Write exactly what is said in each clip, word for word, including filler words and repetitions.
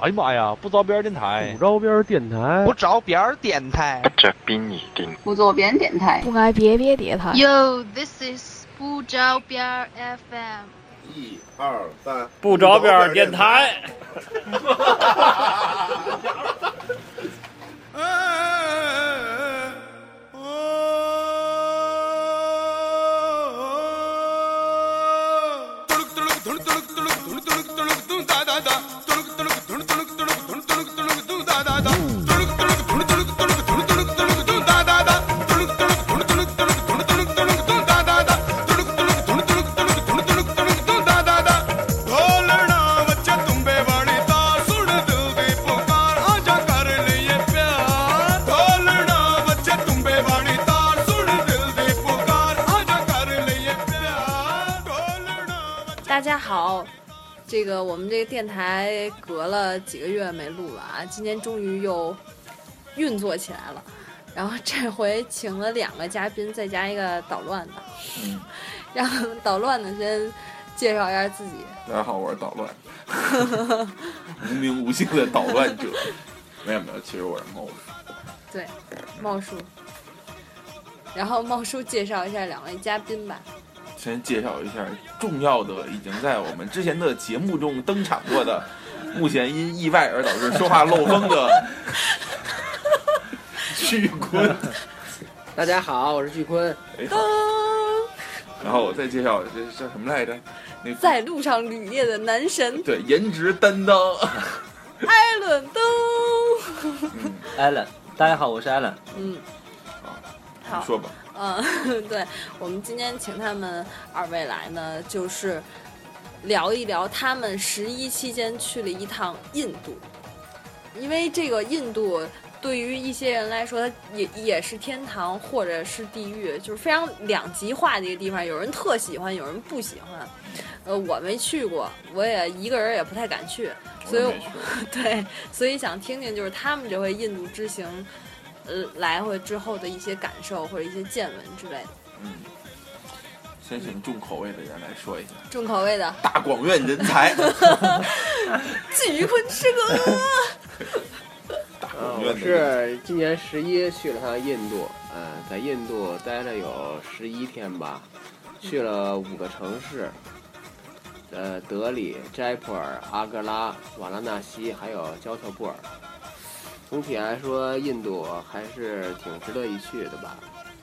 哎呀妈呀，不着边电台， 不着边电台， 不着边电台， 这宾一定不着边电台， 不爱别别电台。 Yo, this is 不着边 F M。 一二三， 不着边电台。 大家好，这个我们这个电台隔了几个月没录了啊，今天终于又运作起来了。然后这回请了两个嘉宾，再加一个捣乱的。嗯，让捣乱的先介绍一下自己。 大家好，我是捣乱，无名无姓的捣乱者。没有没有，其实我是茂叔。 对，茂叔。然后茂叔介绍一下两位嘉宾吧。 先介绍一下重要的，已经在我们之前的节目中登场过的，目前因意外而导致说话漏风的巨坤。 大家好，我是巨坤。 哎、然后我再介绍这叫什么来着？那在路上旅夜的男神。 对，颜值担当。 艾伦登。 嗯，艾伦，大家好，我是艾伦。 嗯， 好，你说吧。 嗯，对，我们今天请他们二位来呢，就是聊一聊他们十一期间去了一趟印度，因为这个印度对于一些人来说，它也也是天堂或者是地狱，就是非常两极化的一个地方，有人特喜欢，有人不喜欢。呃，我没去过，我也一个人也不太敢去，所以对，所以想听听就是他们这回印度之行。呃，来回之后的一些感受或者一些见闻之类的。 嗯，先请重口味的人来说一下。 重口味的大广院人才， 巨坤师哥。 大广院我是今年十一去了趟印度，嗯、呃，在印度待了有十一天吧，去了五个城市，呃，德里、斋普尔、阿格拉、瓦拉纳西，还有焦特布尔。总体来说，印度还是挺值得一去的吧。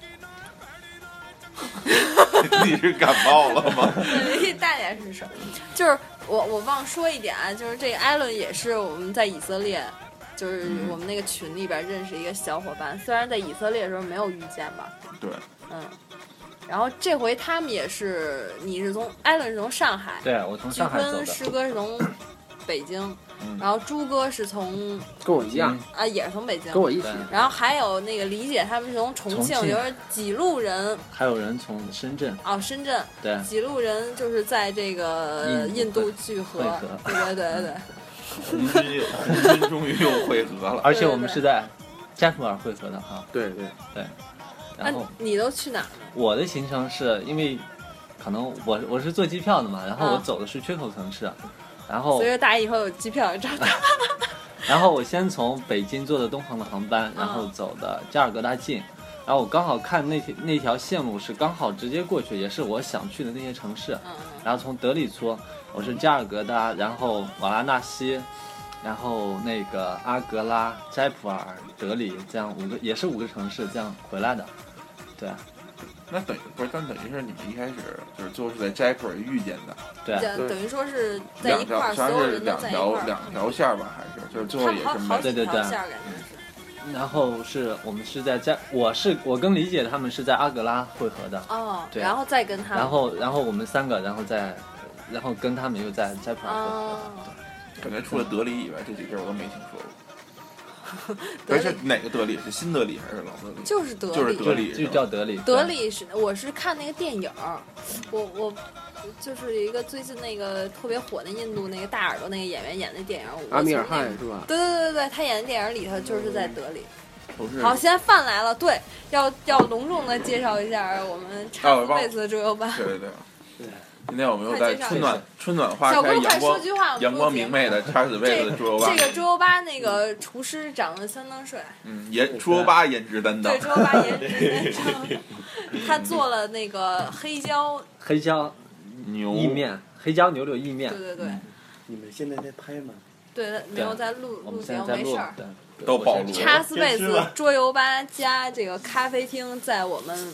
你是感冒了吗？ 对，大点是什么？就是我我忘说一点啊，就是这个艾伦也是我们在以色列，就是我们那个群里边认识一个小伙伴，虽然在以色列的时候没有遇见吧。 对。 嗯。然后这回他们也是，你是从艾伦是从上海， 对，我从上海走的。 师哥是从北京。然后朱哥是从跟我一样啊，也是从北京， 跟我一起。 然后还有那个李姐他们是从重庆，就是几路人， 还有人从深圳。 哦，深圳， 对， 几路人就是在这个印度聚合，对对对对。 红军红军终于又汇合了， 而且我们是在斋普尔汇合的哈。 对对对。然后、 啊、你都去哪儿？ 我的行程是因为可能我我是做机票的嘛，然后我走的是缺口城市。啊然后， 所以大家以后有机票找他。 然后我先从北京坐的东航的航班，然后走的加尔各答进，然后我刚好看那条那条线路是刚好直接过去，也是我想去的那些城市。然后从德里出，我是加尔各答，然后瓦拉纳西，然后那个阿格拉、斋普尔、德里，这样五个也是五个城市这样回来的。对。 那等于不是，但等于是你们一开始就是最后是在斋普尔遇见的， 对， 等于说是在一块儿，所有人都在一块儿， 两条线吧，还是就是最后也是没对对对。然后是我们是在在，我是我跟李姐他们是在阿格拉汇合的哦， 对， 然后再跟他们， 然后然后我们三个，然后再然后跟他们又在斋普尔汇合的， 哦、 对， 感觉除了德里以外，这几个我都没听说过。而是哪个德里？是新德里还是老德里？ 就是德里， 就是德里， 就叫德里。 德里是我是看那个电影，我我就是一个最近那个特别火的印度那个大耳朵那个演员演的电影， 阿米尔汗是吧？ 对对对对，他演的电影里头就是在德里。 嗯、 好，现在饭来了，对，要要隆重的介绍一下我们查斯贝斯猪油饭。 对对对。 对， 今天我们又在春暖春暖花开、 小哥快阳光说句话， 阳光明媚的叉子位子的猪肉吧。 这个猪肉吧，那个厨师长得相当帅。 嗯，颜猪肉吧颜值担当。 对，猪肉吧颜值担当。他做了那个黑椒黑椒牛意面，黑椒牛柳意面。 对对对。 你们现在在拍吗？ 对，没有在录录节目，没事儿。 都暴露了。 叉斯贝斯桌游吧加这个咖啡厅在我们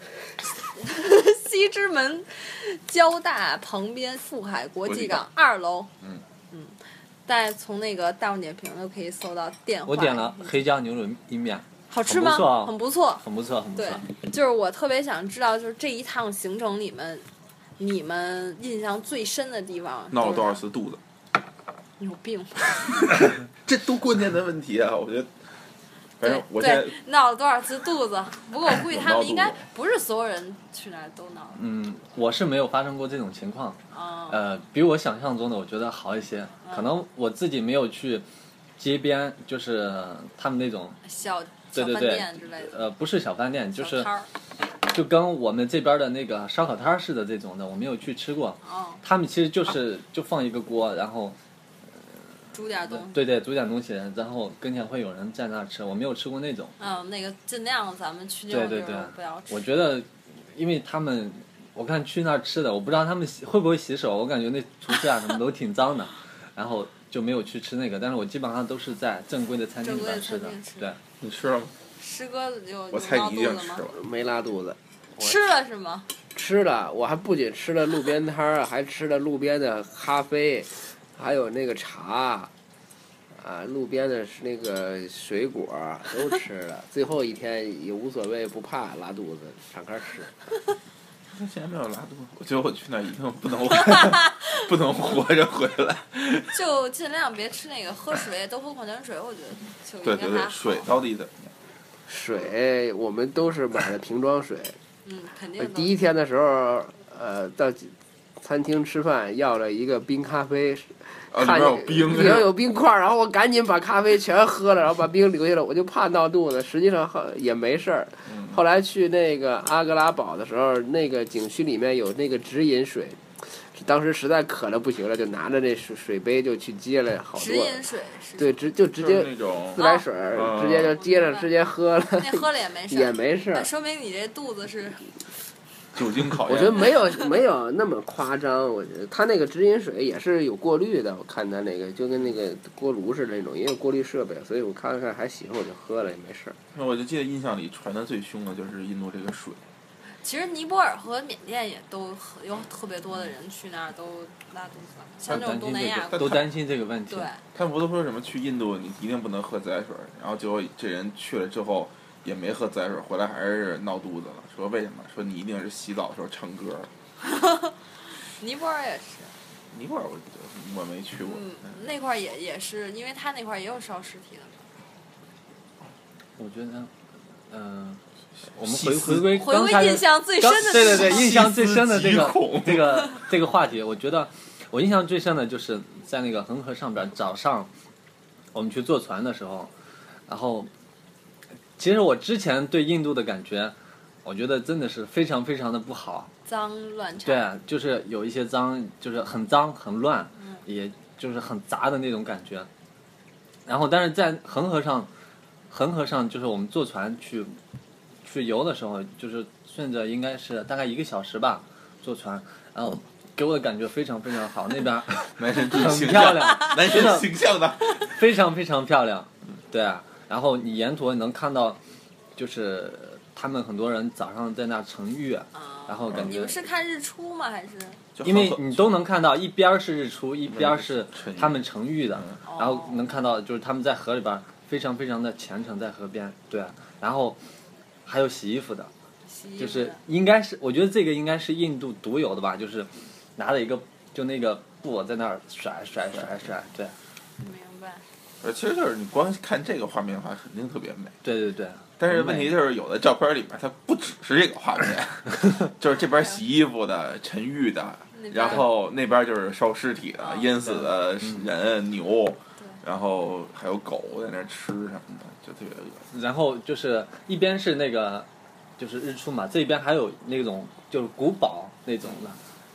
西直门交大旁边富海国际港二楼。 嗯嗯，大家从那个大众点评都可以搜到电话。 我点了黑椒牛柳意面， 好吃吗？很不错， 很不错，很不错。 对，就是我特别想知道，就是这一趟行程里面，你们印象最深的地方。 闹了多少次肚子？ 你有病吧？ 这都关键的问题啊！我觉得，反正我现在闹了多少次肚子？不过我估计他们应该不是所有人去那儿都闹了。 嗯，我是没有发生过这种情况。 哦、 呃，比我想象中的我觉得好一些。嗯、可能我自己没有去街边，就是他们那种小对对对呃，不是小饭店，就是就跟我们这边的那个烧烤摊似的这种的，我没有去吃过。 哦、 他们其实就是就放一个锅，然后。 煮点东西， 对对，煮点东西，然后跟前会有人在那儿吃，我没有吃过那种。 嗯，那个尽量咱们去那种地方不要吃。 我觉得，因为他们，我看去那儿吃的，我不知道他们洗会不会洗手，我感觉那厨师啊什么都挺脏的，然后就没有去吃那个。但是我基本上都是在正规的餐厅里边吃的。对， 你吃了吗？ 师哥有我猜你一定吃了， 没拉肚子。 吃了是吗？ 吃了，我还不仅吃了路边摊儿，还吃了路边的咖啡。还有那个茶，啊，路边的是那个水果都吃了。最后一天也无所谓，不怕拉肚子，敞开吃。 他现在没有拉肚子，我觉得我去那儿一定不能不能活着回来。 就尽量别吃那个，喝水多喝矿泉水，我觉得就应该还好。 对对对，水到底怎么样？ 水我们都是买的瓶装水。 嗯，肯定。 第一天的时候，呃，到餐厅吃饭要了一个冰咖啡。 啊，里面有冰， 里面有冰块，然后我赶紧把咖啡全喝了，然后把冰留下了，我就怕闹肚子。实际上也没事儿。 嗯、 后来去那个阿格拉堡的时候，那个景区里面有那个直饮水，当时实在渴了不行了，就拿着那水水杯就去接了好多。 直饮水是。 对，直就直接自来水， 哦、 直接就接着直接喝了。 那喝了也没事。 也没事。 那说明你这肚子是。 酒精考验， 我觉得没有没有那么夸张。我觉得他那个直饮水也是有过滤的，我看他那个就跟那个锅炉似的那种，也有过滤设备，所以我看看还行，我就喝了也没事。 那我就记得印象里传的最凶的就是印度这个水。 其实尼泊尔和缅甸也都有特别多的人去那儿都拉肚子，像这种东南亚都担心这个问题。 对， 他们不都说什么去印度你一定不能喝自来水，然后结果这人去了之后。也没喝自来水，回来还是闹肚子了。说为什么？说你一定是洗澡的时候唱歌了。 尼泊尔也是。 尼泊尔我我没去过。 嗯，那块儿也也是，因为他那块儿也有烧尸体的。 我觉得，嗯、呃，我们回回归回归印象最深的， 对对对，印象最深的这个这个这个话题，我觉得我印象最深的就是在那个恒河上边，早上我们去坐船的时候，然后。其实我之前对印度的感觉，我觉得真的是非常非常的不好， 脏乱差。 对，就是有一些脏，就是很脏很乱， 嗯、 也就是很杂的那种感觉。然后，但是在恒河上，恒河上就是我们坐船去去游的时候，就是顺着应该是大概一个小时吧，坐船，然后给我的感觉非常非常好，那边男神很漂亮， 男神形象的， 非常非常漂亮，对啊。然后你沿途能看到，就是他们很多人早上在那乘浴， 啊、 然后感觉。 你们是看日出吗？还是？ 因为你都能看到，一边是日出，一边是他们乘浴的， 嗯、 然后能看到就是他们在河里边非常非常的虔诚，在河边，对、啊，然后还有洗衣服的， 洗衣服就是应该是，我觉得这个应该是印度独有的吧，就是拿了一个就那个布在那儿甩甩甩甩，对。 明白。 呃，其实就是你光看这个画面的话，肯定特别美。 对对对。 但是问题就是，有的照片里面它不只是这个画面，就是这边洗衣服的、沉浴的，然后那边就是烧尸体的、淹死的人、牛，然后还有狗在那吃什么的，就特别恶心。 然后就是一边是那个，就是日出嘛，这边还有那种就是古堡那种的。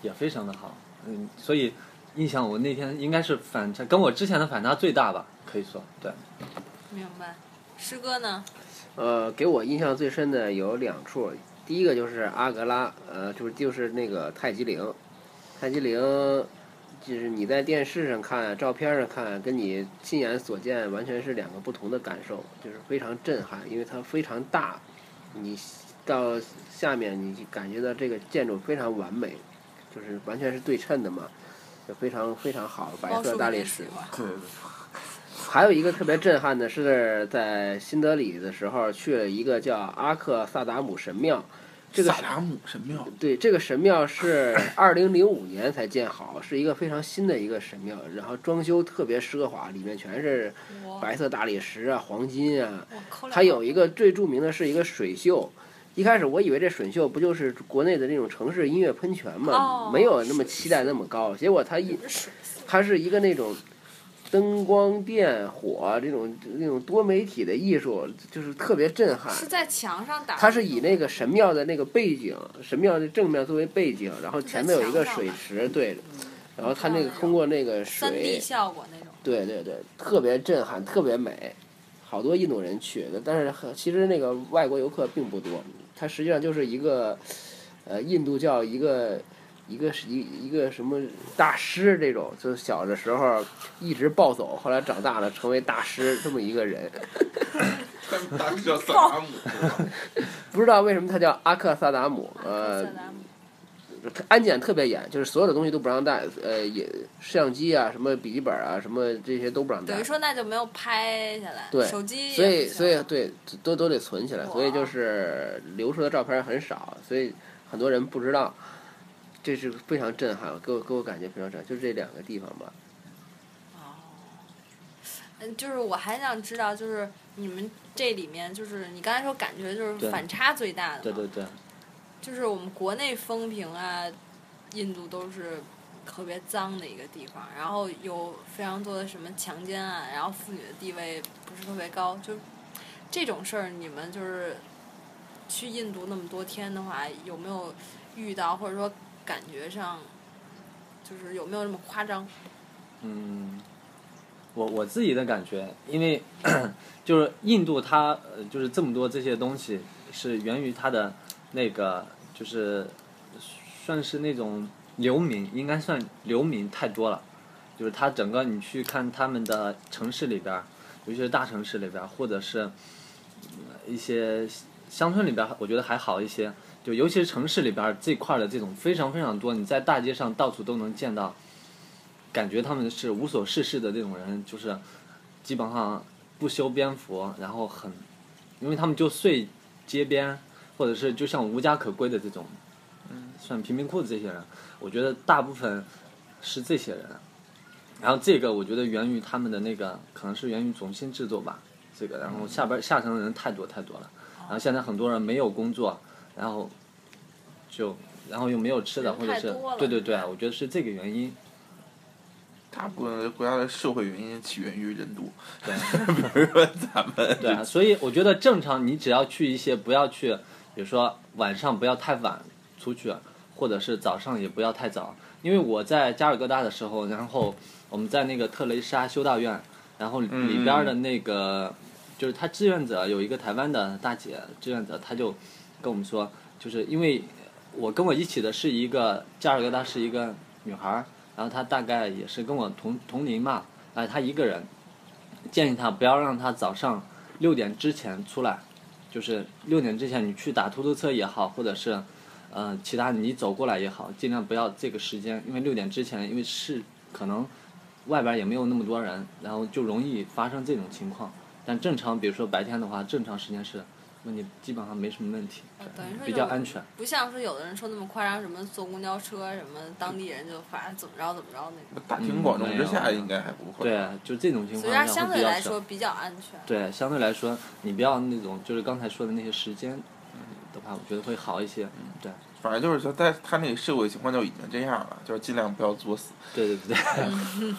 也非常的好，嗯，所以印象我那天应该是反差跟我之前的反差最大吧，可以说对。 明白。师哥呢？ 呃，给我印象最深的有两处，第一个就是阿格拉，呃，就是就是那个泰姬陵，泰姬陵，就是你在电视上看、照片上看，跟你亲眼所见完全是两个不同的感受，就是非常震撼，因为它非常大，你到下面你感觉到这个建筑非常完美，就是完全是对称的嘛，就非常非常好，白色大理石。 对对。 还有一个特别震撼的是，在新德里的时候去了一个叫阿克萨达姆神庙。这个萨达姆神庙。 对，这个神庙是二零零五年才建好，是一个非常新的一个神庙，然后装修特别奢华，里面全是白色大理石啊、黄金啊。还有一个最著名的是一个水秀。一开始我以为这水秀不就是国内的那种城市音乐喷泉嘛， 哦、 没有那么期待那么高，结果它一它是一个那种。灯光电火这种那种多媒体的艺术，就是特别震撼。 是在墙上打。 它是以那个神庙的那个背景，神庙的正面作为背景，然后前面有一个水池，对，然后它那个通过那个水， 三 D 效果那种。 对对对，特别震撼，特别美，好多印度人去的，但是其实那个外国游客并不多，它实际上就是一个，呃，印度教一个。一个是一一个什么大师这种，就小的时候一直暴走，后来长大了成为大师这么一个人。 大师叫萨达姆， 不知道为什么他叫阿克萨达姆。呃，安检特别严，就是所有的东西都不让带，呃，也相机啊、什么笔记本啊、什么这些都不让带。 等于说那就没有拍下来。 对， 手机。 所以所以对都都得存起来，所以就是流出的照片很少，所以很多人不知道。这是非常震撼，给我给我感觉非常震撼，就这两个地方吧。 哦，嗯，就是我还想知道，就是你们这里面，就是你刚才说感觉就是反差最大的嘛， 对对对， 就是我们国内风评啊，印度都是特别脏的一个地方，然后有非常多的什么强奸案，然后妇女的地位不是特别高，就这种事儿，你们就是去印度那么多天的话，有没有遇到，或者说？感觉上，就是有没有那么夸张？ 嗯，我我自己的感觉，因为就是印度它呃就是这么多这些东西是源于它的那个就是算是那种流民，应该算流民太多了，就是它整个你去看他们的城市里边，尤其是大城市里边，或者是一些乡村里边，我觉得还好一些。就尤其是城市里边这块的这种非常非常多，你在大街上到处都能见到，感觉他们是无所事事的这种人，就是基本上不修边幅，然后很，因为他们就睡街边，或者是就像无家可归的这种，嗯，算贫民窟的这些人，我觉得大部分是这些人，然后这个我觉得源于他们的那个，可能是源于种姓制度吧，这个，然后下边下层的人太多太多了，然后现在很多人没有工作。然后，就然后又没有吃的，或者是对对对，我觉得是这个原因。 大部分国家的社会原因起源于人多， 对， 比如说咱们。 对啊，所以我觉得正常，你只要去一些，不要去，比如说晚上不要太晚出去，或者是早上也不要太早。因为我在加尔各答的时候，然后我们在那个特蕾莎修道院，然后里边的那个、嗯、就是他志愿者有一个台湾的大姐志愿者，他就。跟我们说，就是因为我跟我一起的是一个加尔各答是一个女孩，然后她大概也是跟我同同龄嘛，哎，她一个人，建议她不要让她早上六点之前出来，就是六点之前你去打出租车也好，或者是呃其他你走过来也好，尽量不要这个时间，因为六点之前，因为是可能外边也没有那么多人，然后就容易发生这种情况。但正常，比如说白天的话，正常时间是。问题基本上没什么问题， 呃、等于说比较安全。 不像是有的人说那么夸张，什么坐公交车，什么当地人就反正怎么着怎么着那种。 大庭广众之下应该还不会。 对，就这种情况所以它相对来说比较安全。 对，相对来说，你不要那种就是刚才说的那些时间的话，我觉得会好一些。嗯，对。 反正就是说，在他那个社会情况就已经这样了，就是尽量不要作死。 对对对。 嗯，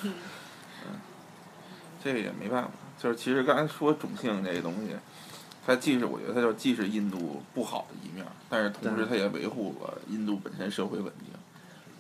这个也没办法，就是其实刚才说种姓这个东西。它既是我觉得它就既是印度不好的一面，但是同时它也维护了印度本身社会稳定。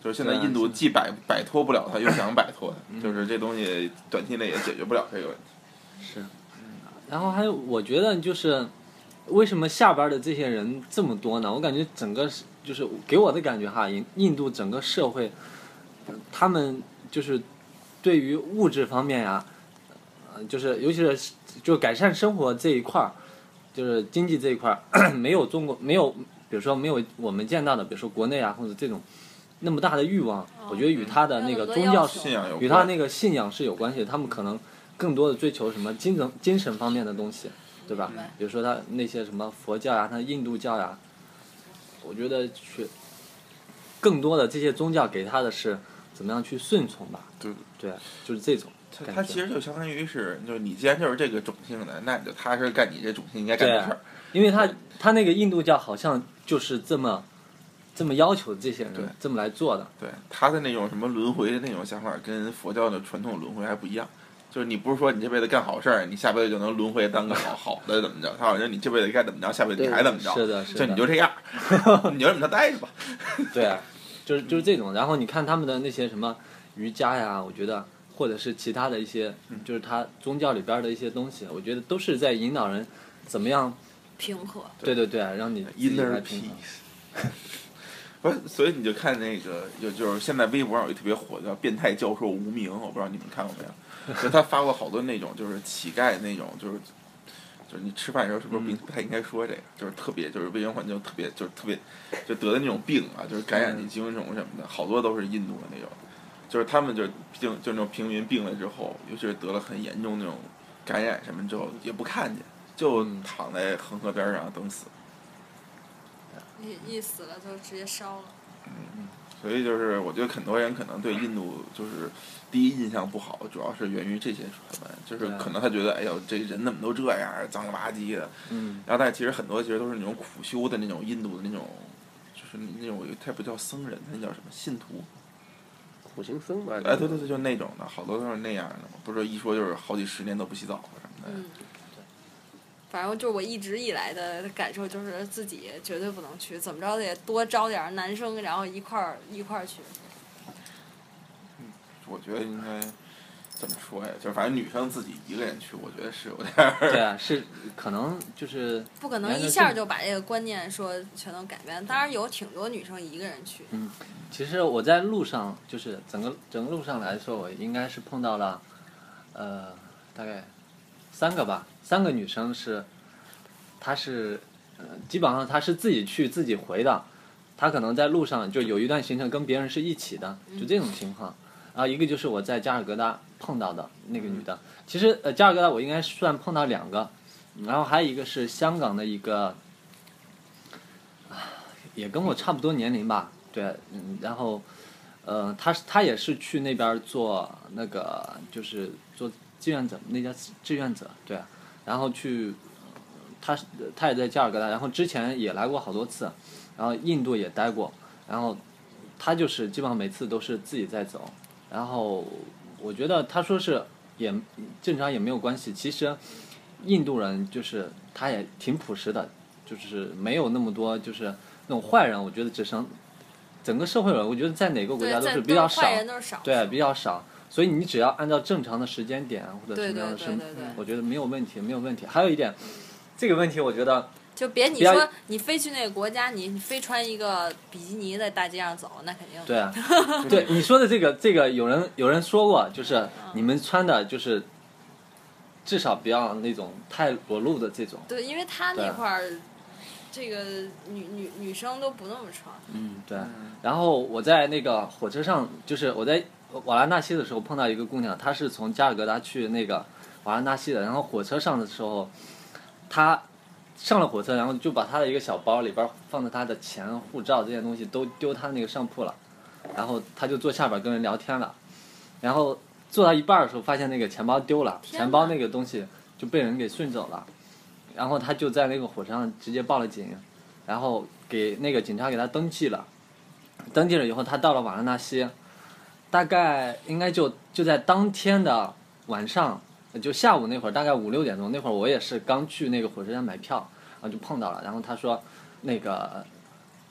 就是现在印度既摆摆脱不了它，又想摆脱它，就是这东西短期内也解决不了这个问题。 是，然后还有我觉得就是为什么下边的这些人这么多呢？我感觉整个就是给我的感觉哈，印印度整个社会，他们就是对于物质方面呀，呃，就是尤其是就改善生活这一块儿，就是经济这一块儿，没有中国没有，比如说没有我们见到的，比如说国内啊或者这种那么大的欲望， 哦我觉得与他的那个宗教信仰有关， 与他那个信仰是有关系的。他们可能更多的追求什么精神精神方面的东西，对吧？比如说他那些什么佛教呀，他印度教呀，我觉得去更多的这些宗教给他的是怎么样去顺从吧。 对对，就是这种。 他他其实就相当于是，就是你既然就是这个种姓的，那你就踏实干你这种姓应该干的事儿。 因为他他那个印度教好像就是这么这么要求这些人这么来做的。 对，他的那种什么轮回的那种想法，跟佛教的传统轮回还不一样。就是你不是说你这辈子干好事儿，你下辈子就能轮回当个好好的怎么着？他好像你这辈子该怎么着，下辈子你还怎么着？ 是的，是的。 就你就这样，你就这么着待着吧。 对啊，就是就是这种。然后你看他们的那些什么瑜伽呀，我觉得或者是其他的一些，就是他宗教里边的一些东西，我觉得都是在引导人怎么样平和。 对对对，让你自己来平和。 不是，所以你就看那个，就就是现在微博上有一特别火的叫“变态教授无名”，我不知道你们看过没有？就他发过好多那种，就是乞丐那种，就是就是你吃饭的时候是不是不太应该说这个？就是特别就是卫生环境特别就是特别就得的那种病啊，就是感染性寄生虫什么的，好多都是印度的那种。就是他们就是病，就那种平民病了之后，尤其是得了很严重那种感染什么之后，也不看见，就躺在恒河边上等死。 一一死了就直接烧了。 嗯，所以就是我觉得很多人可能对印度就是第一印象不好，主要是源于这些传闻，就是可能他觉得哎呦这人怎么都这样，脏了吧唧的。 嗯。 然后但其实很多其实都是那种苦修的那种印度的那种，就是那种他不叫僧人，那叫什么信徒。 苦行僧吧。 哎，对对对，就那种的，好多都是那样的嘛。不是一说就是好几十年都不洗澡什么的。 嗯。反正就是我一直以来的感受就是自己绝对不能去，怎么着得多招点男生，然后一块儿一块儿去。 嗯，我觉得应该怎么说呀？就是反正女生自己一个人去，我觉得是有点儿。 对啊，是可能就是不可能一下就把这个观念说全都改变。当然有挺多女生一个人去。 嗯，其实我在路上就是整个整个路上来说，我应该是碰到了，呃，大概三个吧，三个女生是，她是，呃，基本上她是自己去自己回的，她可能在路上就有一段行程跟别人是一起的，就这种情况。然后一个就是我在加尔各答碰到的那个女的，其实呃加尔各答我应该算碰到两个，然后还有一个是香港的一个，啊，也跟我差不多年龄吧，对，嗯，然后，呃，她她也是去那边做那个就是做志愿者，那叫志愿者，对，然后去，她她也在加尔各答，然后之前也来过好多次，然后印度也待过，然后她就是基本上每次都是自己在走。然后我觉得他说是也正常也没有关系，其实印度人就是他也挺朴实的，就是没有那么多就是那种坏人，我觉得只剩整个社会人，我觉得在哪个国家都是比较少，对，比较少，所以你只要按照正常的时间点或者什么样的生，我觉得没有问题，没有问题。还有一点，这个问题我觉得。 就别你说你飞去那个国家，你非穿一个比基尼在大街上走，那肯定。 对啊，对你说的这个这个有人有人说过，就是你们穿的就是至少不要那种太裸露的这种。 对，因为他那块儿，这个女女女生都不那么穿。 嗯，对。然后我在那个火车上，就是我在瓦拉纳西的时候碰到一个姑娘，她是从加尔各答去那个瓦拉纳西的，然后火车上的时候，她。上了火车，然后就把他的一个小包里边放着他的钱、护照这些东西都丢他那个上铺了，然后他就坐下边跟人聊天了，然后坐到一半的时候发现那个钱包丢了，钱包那个东西就被人给顺走了，然后他就在那个火车上直接报了警，然后给那个警察给他登记了，登记了以后他到了瓦拉纳西，大概应该就就在当天的晚上。就下午那会儿，大概五六点钟那会儿，我也是刚去那个火车站买票，然后就碰到了。然后他说，那个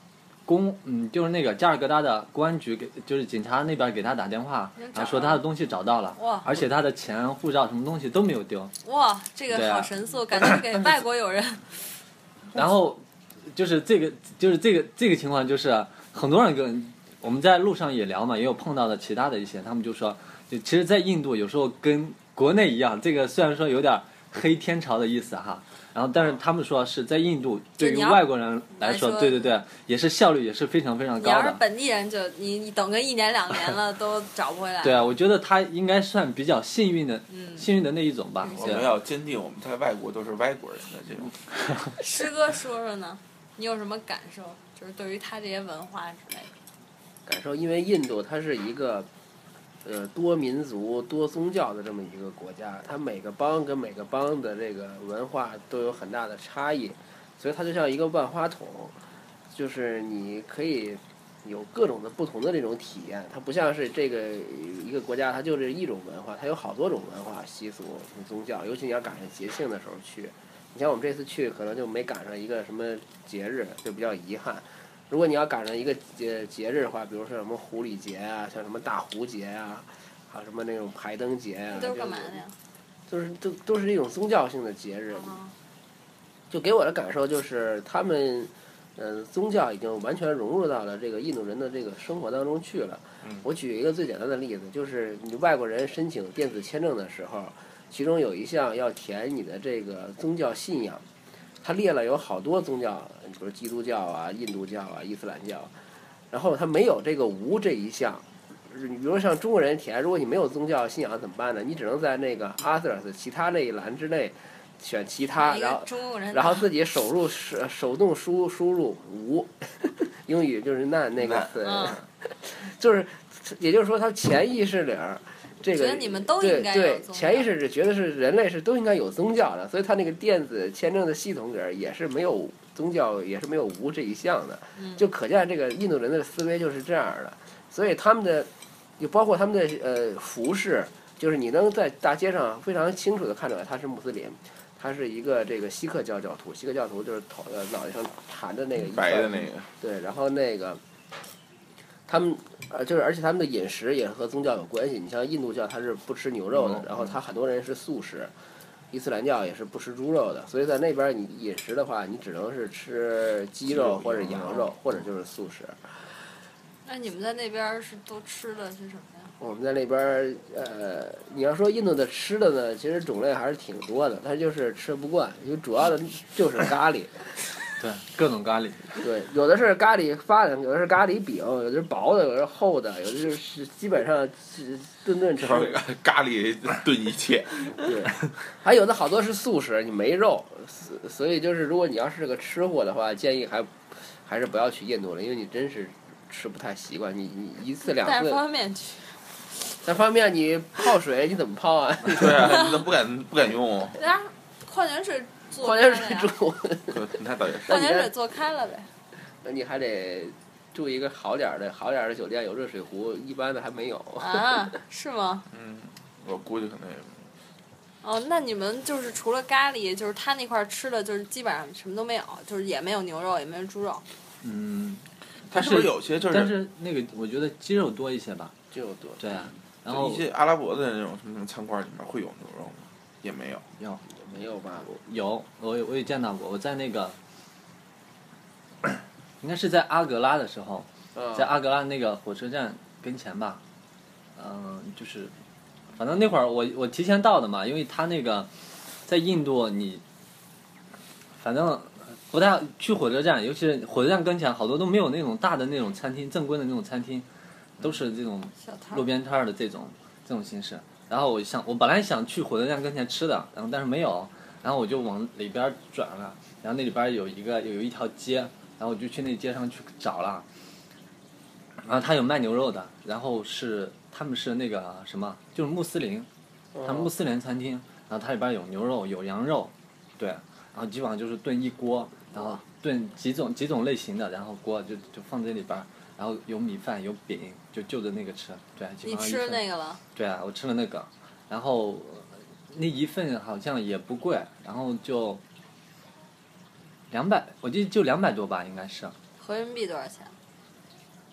公嗯就是那个加尔各答的公安局给就是警察那边给他打电话，然后说他的东西找到了， 哇而且他的钱、护照什么东西都没有丢。 哇，这个好神速，感觉给外国友人。 然后就是这个就是这个这个情况，就是很多人跟我们在路上也聊嘛，也有碰到的其他的一些，他们就说，就其实，在印度有时候跟国内一样，这个虽然说有点黑天朝的意思哈，然后但是他们说是在印度对于外国人来说，对对对，也是效率也是非常非常高的。 你要是本地人就，你你等个一年两年了都找不回来。 对啊，我觉得他应该算比较幸运的， 嗯、 幸运的那一种吧。 我们要坚定我们在外国都是外国人的这种。 师哥说说呢，你有什么感受？就是对于他这些文化之类的。 感受，因为印度它是一个，呃，多民族、多宗教的这么一个国家，它每个邦跟每个邦的这个文化都有很大的差异，所以它就像一个万花筒，就是你可以有各种的不同的这种体验。它不像是这个一个国家，它就这一种文化，它有好多种文化习俗、宗教，尤其你要赶上节庆的时候去。你像我们这次去，可能就没赶上一个什么节日，就比较遗憾。如果你要赶上一个节节日的话，比如说什么狐狸节啊，像什么大壶节啊，还有什么那种排灯节啊， 都是干嘛的呀？ 就是都都是一种宗教性的节日。 嗯、 就给我的感受就是，他们，嗯、呃，宗教已经完全融入到了这个印度人的这个生活当中去了。 嗯、 我举一个最简单的例子，就是你外国人申请电子签证的时候，其中有一项要填你的这个宗教信仰。他列了有好多宗教，比如基督教啊、印度教啊、伊斯兰教，然后他没有这个无这一项。你比如像中国人填，如果你没有宗教信仰怎么办呢？你只能在那个 others 其他那一栏之内选其他，然后然后自己手入手手动输输入无，英语就是那那个词， 嗯、 就是也就是说他潜意识里。这个觉得你们都应该有对对，潜意识是觉得是人类是都应该有宗教的，所以他那个电子签证的系统里也是没有宗教，也是没有无这一项的， 嗯、 就可见这个印度人的思维就是这样的。所以他们的，就包括他们的呃服饰，就是你能在大街上非常清楚的看出来他是穆斯林，他是一个这个锡克教教徒，锡克教徒就是头呃脑袋上缠着那个白的那个， 对，然后那个。他们呃，就是而且他们的饮食也和宗教有关系。你像印度教，它是不吃牛肉的，然后他很多人是素食；伊斯兰教也是不吃猪肉的。所以在那边你饮食的话，你只能是吃鸡肉或者羊肉，或者就是素食。 那你们在那边是都吃的是什么呀？ 我们在那边呃，你要说印度的吃的呢，其实种类还是挺多的，它就是吃不惯，因为主要的就是咖喱。 对，各种咖喱。 对，有的是咖喱发的，有的是咖喱饼，有的是薄的，有的是厚的，有的就是基本上顿顿吃。 咖喱炖一切。 对，还有的好多是素食，你没肉，所以就是如果你要是个吃货的话，建议还还是不要去印度了，因为你真是吃不太习惯。你你一次两次。 带方便去。 带方便你泡水你怎么泡啊？ 对啊，你都不敢不敢用。 对啊，矿泉水。 矿泉水煮， 那倒也是。 矿泉水做开了呗。 那你还得住一个好点的、好点的酒店，有热水壶，一般的还没有。 啊，是吗？ 嗯，我估计可能也。 哦，那你们就是除了咖喱，就是他那块吃的，就是基本上什么都没有，就是也没有牛肉，也没有猪肉。 嗯， 它是不是有些就是？ 但是那个我觉得鸡肉多一些吧。 鸡肉多。 对啊，然后一些阿拉伯的那种什么什么餐馆里面会有牛肉吗？也没有。 有。 没有吧？ 有，我我也见到过。我在那个，应该是在阿格拉的时候，在阿格拉那个火车站跟前吧，嗯、呃，就是，反正那会儿我我提前到的嘛，因为他那个在印度你，反正不太去火车站，尤其是火车站跟前，好多都没有那种大的那种餐厅，正规的那种餐厅，都是这种路边摊的这种这种形式。然后我想，我本来想去火车站跟前吃的，然后但是没有，然后我就往里边转了，然后那里边有一个有一条街，然后我就去那街上去找了，然后他有卖牛肉的，然后是他们是那个什么，就是穆斯林，他们穆斯林餐厅，然后它里边有牛肉有羊肉，对，然后基本上就是炖一锅，然后炖几种几种类型的，然后锅就就放这里边。然后有米饭有饼，就就着那个吃，对，基本上一份。 你吃那个了？ 对啊，我吃了那个，然后那一份好像也不贵，然后就两百，我记得就两百多吧，应该是。 合人民币多少钱？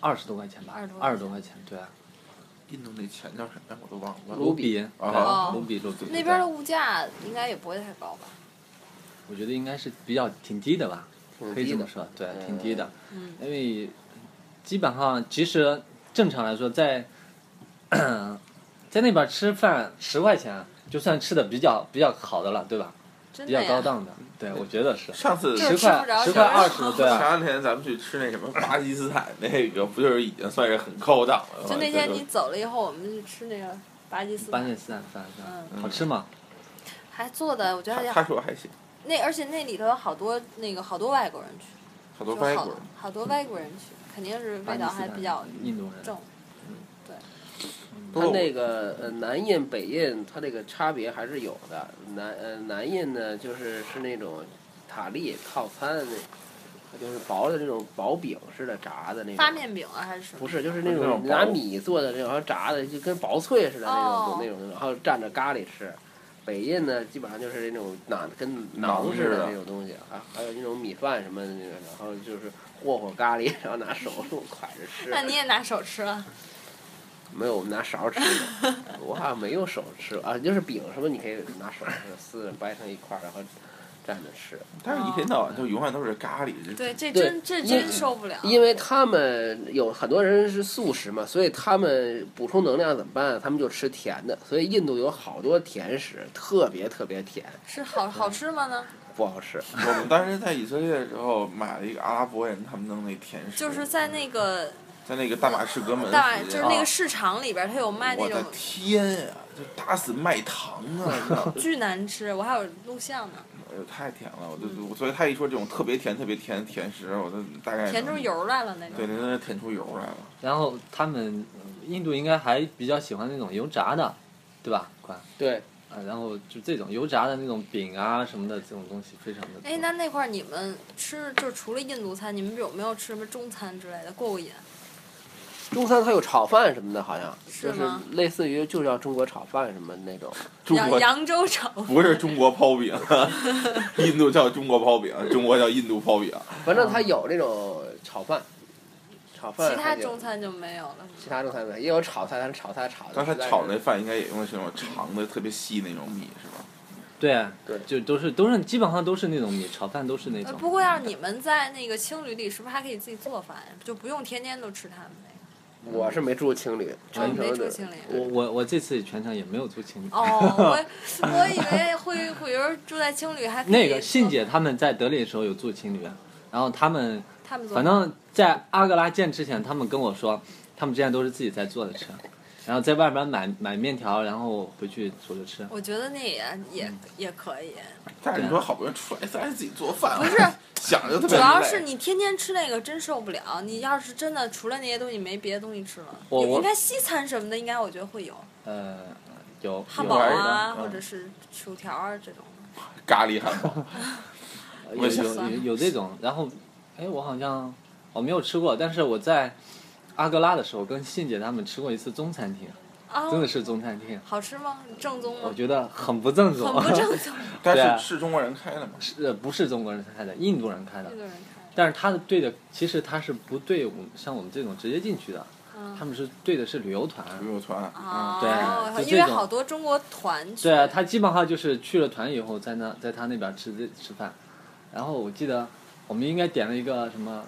二十多块钱吧，二十多块钱，对啊。 印度那钱叫什么呀？我都忘了。 卢比， 啊， 卢比，卢比。 那边的物价应该也不会太高吧？ 我觉得应该是比较挺低的吧，可以这么说，对，挺低的。 嗯。 因为基本上，其实正常来说，在在那边吃饭十块钱，就算吃的比较比较好的了，对吧？比较高档的，对，我觉得是。 上次十块十块二十，对啊。 前两天咱们去吃那什么巴基斯坦那个，不就是已经算是很高档了吗？ 就那天你走了以后，我们去吃那个巴基斯坦。 巴基斯坦饭， 嗯， 好吃吗？ 还做的，我觉得还。 他说还行。 那而且那里头有好多那个好多外国人去。 好多外国人。 好多外国人去，肯定是味道还比较印度人正。 嗯， 对。 它那个呃南印北印，它这个差别还是有的。南呃南印呢，就是是那种塔利套餐那，它就是薄的那种薄饼似的炸的那种。 发面饼啊还是什么？ 不是，就是那种拿米做的那种，然后炸的就跟薄脆似的那种、 哦、 那种，然后蘸着咖喱吃。北印呢，基本上就是那种馕跟馕似的那种东西，还还有那种米饭什么的那个，然后就是和和咖喱，然后拿手蒯着吃。 那你也拿手吃了？ 没有，我们拿勺吃的。我好像没有手吃啊，就是饼什么你可以拿手撕掰成一块，然后蘸着吃。 但是一天到晚就永远都是咖喱。 对，这真这真受不了。 因为他们有很多人是素食嘛，所以他们补充能量怎么办？他们就吃甜的。所以印度有好多甜食，特别特别甜。 是好好吃吗呢？ 不好吃。 我们当时在以色列的时候买了一个阿拉伯人他们弄那甜食。 就是在那个。 在那个大马士革门， 大就是那个市场里边，它有卖那种。 我的天呀！就打死卖糖啊！ 巨难吃，我还有录像呢。 哎呦，太甜了！我就所以他一说这种特别甜、特别甜的甜食，我都大概。 甜出油来了那种。 对，那那甜出油来了。 然后他们印度应该还比较喜欢那种油炸的，对吧？宽。 对。 啊，然后就这种油炸的那种饼啊什么的，这种东西非常的。 哎，那那块儿你们吃，就除了印度餐，你们有没有吃什么中餐之类的过过瘾？ 中餐它有炒饭什么的，好像是就是类似于就叫中国炒饭什么那种。 扬扬州炒饭不是中国泡饼，印度叫中国泡饼，中国叫印度泡饼。 反正它有那种炒饭，炒饭。 其他中餐就没有了。 其他中餐没有，也有炒菜，但是炒菜炒的。 但是他炒那饭应该也用的是那种长的、特别细那种米，是吧？ 对对， 就都是都是基本上都是那种米，炒饭都是那种。 不过要是你们在那个青旅里，是不是还可以自己做饭呀？就不用天天都吃他们那个。 我是没住青旅，全程的。 我我我这次全程也没有住青旅。 哦，我我以为会会有人住在青旅还可以。 那个信姐他们在德里的时候有住青旅，然后他们他们反正在阿格拉见之前，他们跟我说，他们之前都是自己在做的吃，然后在外边买买面条，然后回去煮着吃。 我觉得那也也、嗯、也可以。 但是你说好不容易出来，咱还自己做饭， 不是想着特别累。 主要是你天天吃那个真受不了。你要是真的除了那些东西没别的东西吃了，应该西餐什么的，应该我觉得会有。 呃，有汉堡啊， 有或者是薯条啊这种。 咖喱汉堡。 有有有有这种，然后，哎，我好像我没有吃过，但是我在阿格拉的时候跟信姐他们吃过一次中餐厅。 哦、 真的是中餐厅， 好吃吗？正宗吗？ 我觉得很不正宗， 很不正宗。 但是是中国人开的吗？ 是不是中国人开的？印度人开的。 印度人开的。 但是他的对的，其实他是不对我们像我们这种直接进去的， 嗯、 他们是对的是旅游团。 旅游团。 哦、 嗯。对。 因为好多中国团去。 对啊，他基本上就是去了团以后，在那在他那边吃吃饭，然后我记得我们应该点了一个什么。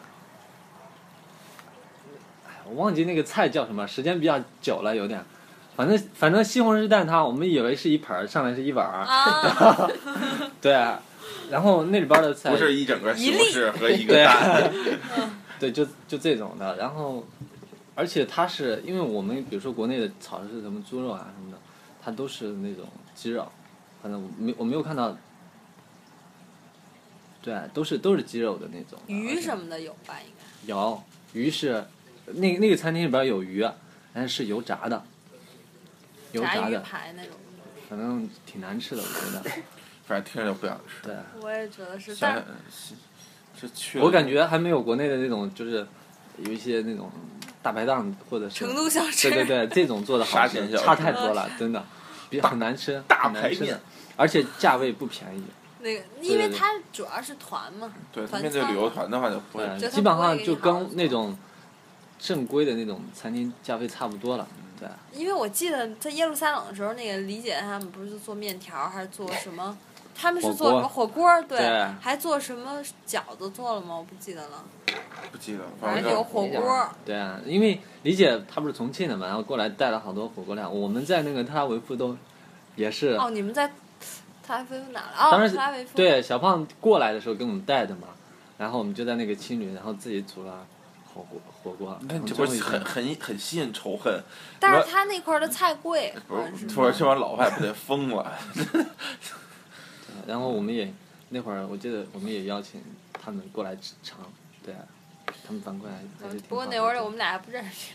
我忘记那个菜叫什么，时间比较久了，有点。反正反正西红柿蛋挞，我们以为是一盆儿，上来是一碗儿。 啊。 对啊，然后那里边的菜不是一整个西红柿和一个蛋。 对，就就这种的。然后，而且它是因为我们比如说国内的炒的是什么猪肉啊什么的，它都是那种鸡肉，反正我没我没有看到。对，都是都是鸡肉的那种。 鱼什么的有吧？应该。 有鱼是，那那个餐厅里边有鱼，但是是油炸的。油炸的，反正挺难吃的，我觉得。 反正听着就不想吃。 对。 我也觉得是。 但是去。 我感觉还没有国内的那种，就是有一些那种大排档或者是。 成都小吃。 对对对，这种做的好吃，差太多了，真的，比很难吃， 大排面， 而且价位不便宜。 那个，因为它主要是团嘛。 对，面对旅游团的话就不会。 基本上就跟那种。 正规的那种餐厅价位差不多了。对， 因为我记得在耶路撒冷的时候，那个李姐他们不是做面条，还是做什么？他们是做什么火锅？对， 对还做什么饺子做了吗？我不记得了。 不记得了， 反正有火锅。 对啊，因为李姐她不是重庆的嘛，然后过来带了好多火锅料。我们在那个特拉维夫都也是。 哦，你们在特拉维夫哪了？哦， 当然特拉维夫。 对，小胖过来的时候给我们带的嘛，然后我们就在那个青旅，然后自己煮了火锅火锅。 你看这不是很很很吸引仇恨？ 但是他那块的菜贵。 不是，说这帮老外不得疯了？ 然后我们也那会儿，我记得我们也邀请他们过来尝，对啊，他们反过来还是挺好的。 不过那会儿我们俩还不认识。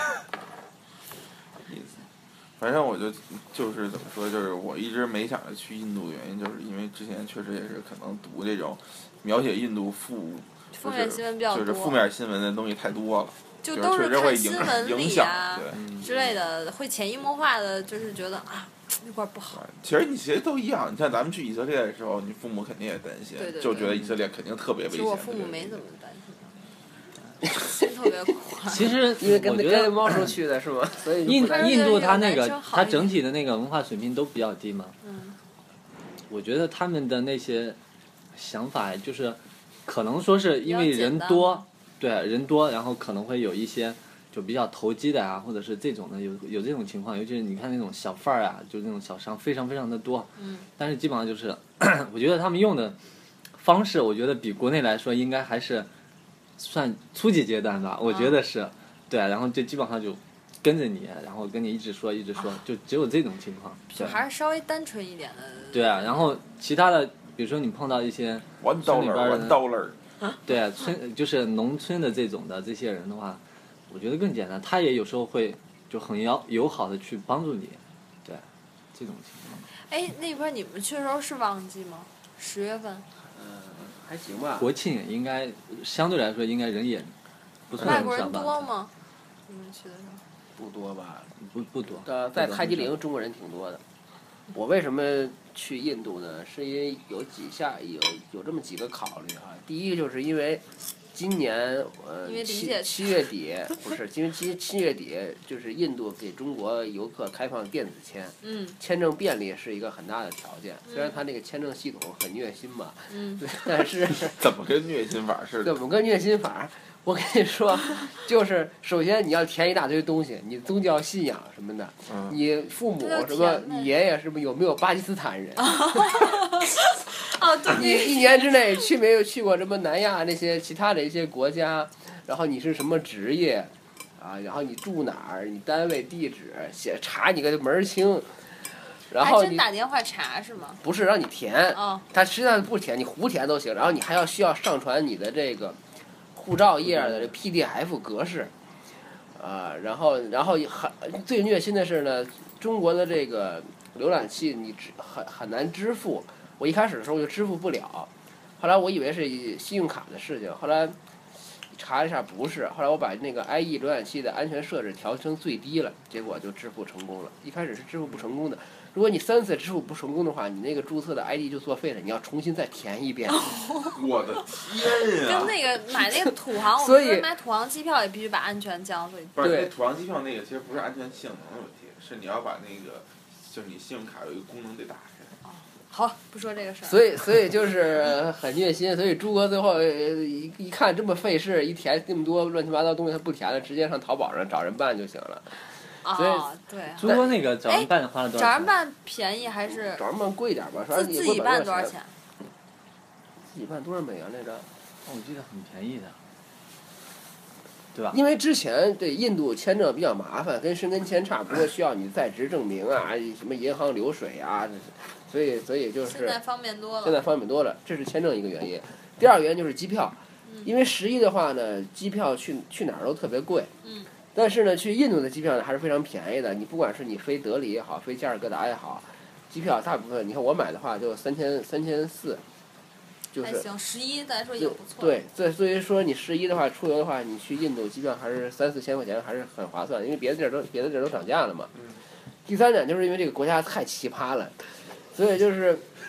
意思，反正我就就是怎么说，就是我一直没想着去印度的原因，就是因为之前确实也是可能读这种描写印度负负面新闻比较多， 就是负面新闻的东西太多了。 就都是看新闻里啊对之类的，会潜移默化的，就是觉得啊那块不好。 其实你其实都一样，你像咱们去以色列的时候，你父母肯定也担心， 对对对， 就觉得以色列肯定特别危险。 其实我父母没怎么担心，心特别宽。 其实因为跟跟猫叔去的是吗？所以印印度它那个它整体的那个文化水平都比较低嘛。 嗯。 我觉得他们的那些想法就是，可能说是因为人多。对人多，然后可能会有一些就比较投机的啊，或者是这种的有有这种情况，尤其是你看那种小贩儿啊，就那种小商非常非常的多。 嗯。 但是基本上就是，我觉得他们用的方式，我觉得比国内来说应该还是算初级阶段吧，我觉得是，对，然后就基本上就跟着你，然后跟你一直说一直说，就只有这种情况。 就还是稍微单纯一点的。 对啊，然后其他的，比如说你碰到一些村里边的。 one dollar。 对啊，村就是农村的这种的这些人的话，我觉得更简单。他也有时候会就很友友好的去帮助你，对，这种情况。 哎，那边你们去的时候是旺季吗？十月份？ 嗯，还行吧。 国庆应该相对来说应该人也不算外国人多吗？你们去的时候？不多吧？ 不不多。 呃，在泰姬陵中国人挺多的。我为什么去印度呢？是因为有几下有有这么几个考虑哈。第一个就是因为今年呃七七月底不是，因为七七月底就是印度给中国游客开放电子签， 嗯， 签证便利是一个很大的条件。虽然他那个签证系统很虐心吧， 嗯， 对，但是怎么个虐心法是？ 怎么个虐心法？我跟你说，就是首先你要填一大堆东西，你宗教信仰什么的， 嗯、 你父母什么，你爷爷是不是有没有巴基斯坦人？ 哦，对。 你一年之内去没有去过什么南亚那些其他的一些国家？然后你是什么职业？啊，然后你住哪儿？你单位地址写查你个门儿清。然后还真打电话查是吗？ 不是让你填， 哦、 他实际上不填，你胡填都行。然后你还要需要上传你的这个。护照页的 P D F 格式，啊、呃，然后然后很最虐心的是呢，中国的这个浏览器你支很很难支付。我一开始的时候就支付不了，后来我以为是信用卡的事情，后来查了一下不是，后来我把那个 I E 浏览器的安全设置调成最低了，结果就支付成功了。一开始是支付不成功的。如果你三次支付不成功的话，你那个注册的 I D 就作废了，你要重新再填一遍。 我的天呀！ 跟那个买那个土航， 所以我们买土航机票也必须把安全降最低。 不是，土航机票那个其实不是安全性能的问题，是你要把那个，就是你信用卡有一个功能得打开。 哦，好，不说这个事儿。 所以，所以就是很虐心。所以朱哥最后一一看这么费事，一填这么多乱七八糟东西，他不填了，直接上淘宝上找人办就行了。 哦，对。 朱哥那个找人办花了多少钱？ 找人办便宜还是？ 找人办贵点吧， 自自己办多少钱？ 自己办多少美元来着？ 哦，我记得很便宜的，对吧？ 因为之前对印度签证比较麻烦，跟申根签差不多，需要你在职证明啊，什么银行流水啊，所以所以就是现在方便多了。 现在方便多了，这是签证一个原因。第二个原因就是机票，因为十一的话呢，机票去去哪儿都特别贵。 嗯。 但是呢，去印度的机票呢还是非常便宜的。你不管是你飞德里也好，飞加尔各答也好，机票大部分你看我买的话就三千三千四，就是还行，十一来说也不错。 对，这所以说你十一的话出游的话，你去印度机票还是三四千块钱还是很划算，因为别的地儿都别的地儿都涨价了嘛。 嗯。 第三点就是因为这个国家太奇葩了，所以就是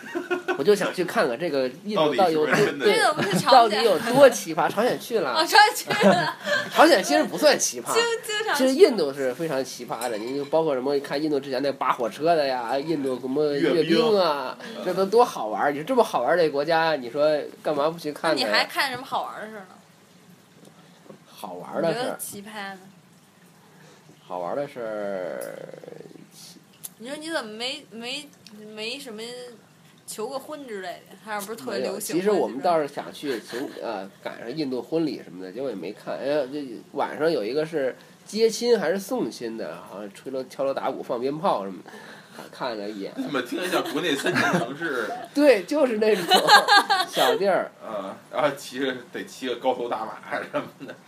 我就想去看看这个印度到底有多真的这个不是朝鲜到底有多奇葩。朝鲜去啊， 了， 朝鲜去了， 朝鲜其实不算奇葩， 经经常其实印度是非常奇葩的。你包括什么？看印度之前那扒火车的呀，印度什么阅兵啊，这都多好玩！你说这么好玩的国家，你说干嘛不去看看？ 你还看什么好玩的事呢？ 好玩的事儿， 奇葩的。 好玩的事儿。 你说你怎么没没没什么求个婚之类的？还是不是特别流行？ 其实我们倒是想去请呃赶上印度婚礼什么的，结果也没看。哎呀，这晚上有一个是接亲还是送亲的，好像吹锣敲锣打鼓放鞭炮什么的，看了一眼。 怎么听着像国内三线城市？ 对，就是那种小地儿。 嗯，然后骑着得骑个高头大马什么的。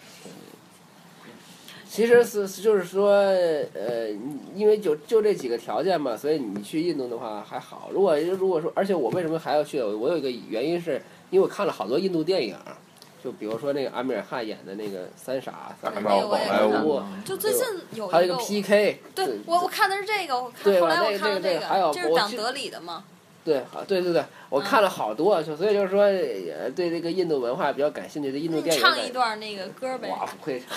其实是就是说，呃，因为就就这几个条件嘛，所以你去印度的话还好。如果如果说，而且我为什么还要去？我有一个原因是，因为我看了好多印度电影，就比如说那个阿米尔汗演的那个《三傻》《三宝宝莱坞》， 就最近有还有一个 P K。 对，我我看的是这个，我看对后来我看了这个， 还有这是讲德里的吗？ 对，好，对对对，我看了好多，就所以就是说，呃，对这个印度文化比较感兴趣的印度电影。 唱一段那个歌呗。 哇，不会唱。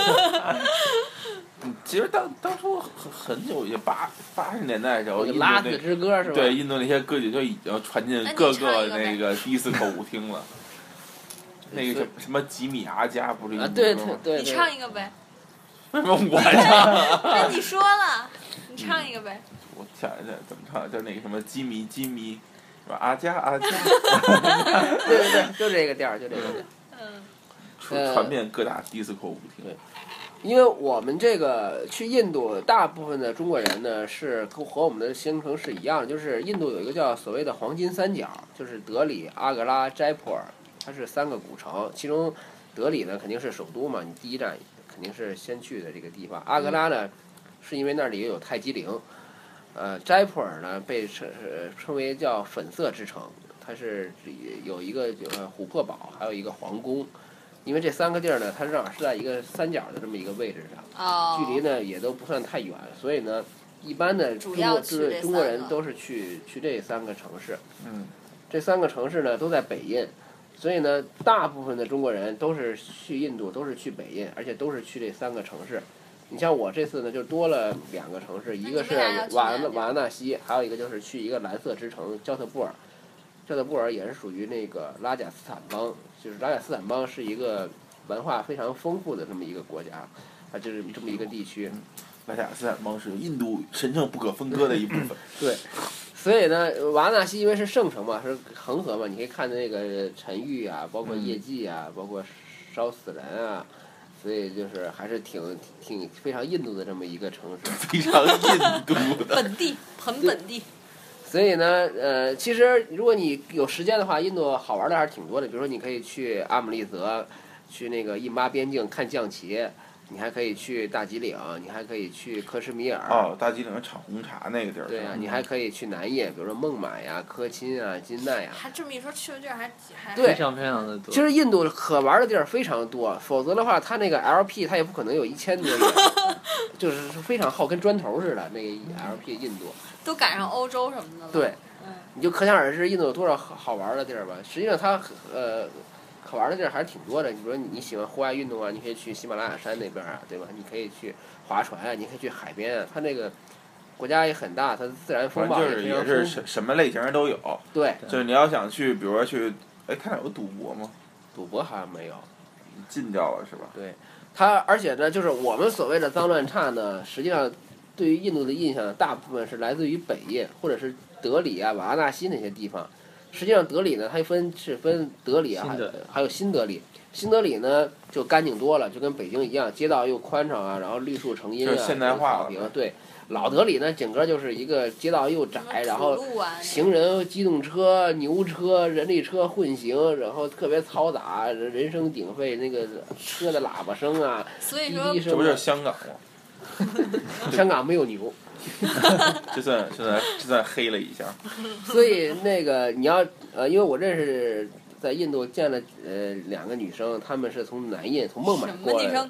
嗯，其实当当初很很久也八八十年代的时候，印度拉子之歌是吧？ 对，印度那些歌曲就已经传进各个那个迪斯科舞厅了。那个什什么吉米阿加不是印度啊？对歌吗？ 对对。 你唱一个呗。 为什么我唱？ 那你说了，你唱一个呗。 我想一下怎么唱，叫那个什么吉米吉米，是吧？阿加阿加。 对对对，就这个调儿，就这个调儿。 嗯。 传传遍各大迪斯科舞厅。 对。因为我们这个去印度，大部分的中国人呢是和我们的行程是一样的，就是印度有一个叫所谓的黄金三角，就是德里、阿格拉、斋普尔，它是三个古城，其中德里呢肯定是首都嘛，你第一站肯定是先去的这个地方。阿格拉呢，是因为那里也有泰姬陵，呃，斋普尔呢被称称为叫粉色之城，它是有一个呃琥珀堡，还有一个皇宫。因为这三个地儿呢，它正好是在一个三角的这么一个位置上， 哦、 距离呢也都不算太远，所以呢，一般的中国就是中国人都是去去这三个城市。 嗯， 这三个城市呢都在北印，所以呢，大部分的中国人都是去印度，都是去北印，而且都是去这三个城市。你像我这次呢，就多了两个城市，一个是瓦瓦纳西，还有一个就是去一个蓝色之城焦特布尔。焦特布尔也是属于那个拉贾斯坦邦，就是拉贾斯坦邦是一个文化非常丰富的这么一个国家，啊，就是这么一个地区。 拉贾斯坦邦是印度神圣不可分割的一部分。 对，所以呢，瓦纳西因为是圣城嘛，是恒河嘛，你可以看那个沉郁啊，包括业绩啊，包括烧死人啊，所以就是还是挺挺非常印度的这么一个城市。 非常印度的。 本地，很本地。 所以呢，呃，其实如果你有时间的话，印度好玩的还是挺多的。比如说，你可以去阿姆利则，去那个印巴边境看象棋，你还可以去大吉岭，你还可以去克什米尔。 哦，大吉岭产红茶那个地儿。 对啊，你还可以去南印，比如说孟买呀、科钦啊、金奈呀。 还这么一说，去的地儿还还对， 非常非常的多。 其实印度可玩的地儿非常多，否则的话，它那个 L P 它也不可能有一千多个，就是非常厚，跟砖头似的那个 L P 印度。 都赶上欧洲什么的了。 对， 嗯， 你就可想而知印度有多少好好玩的地儿吧。实际上它呃可玩的地儿还是挺多的。你比如说你喜欢户外运动啊，你可以去喜马拉雅山那边啊，对吧？你可以去划船啊，你可以去海边啊。它那个国家也很大，它自然风貌也也是什什么类型都有。 对， 就是你要想去，比如说去，哎，它那有赌博吗？ 赌博好像没有， 禁掉了是吧？ 对，它而且呢，就是我们所谓的脏乱差呢，实际上。对于印度的印象，大部分是来自于北印或者是德里啊、瓦拉纳西那些地方。实际上，德里呢，它分是分德里啊，还有新德里。新德里呢就干净多了，就跟北京一样，街道又宽敞啊，然后绿树成荫啊， 现代化了。 对，老德里呢，整个就是一个街道又窄，然后行人、机动车、牛车、人力车混行，然后特别嘈杂，人声鼎沸，那个车的喇叭声啊， 所以说， 这不就是香港吗？ 香港没有牛， 这算这算这算黑了一下。 所以那个你要呃，因为我认识在印度见了呃两个女生，她们是从南印从孟买过来的。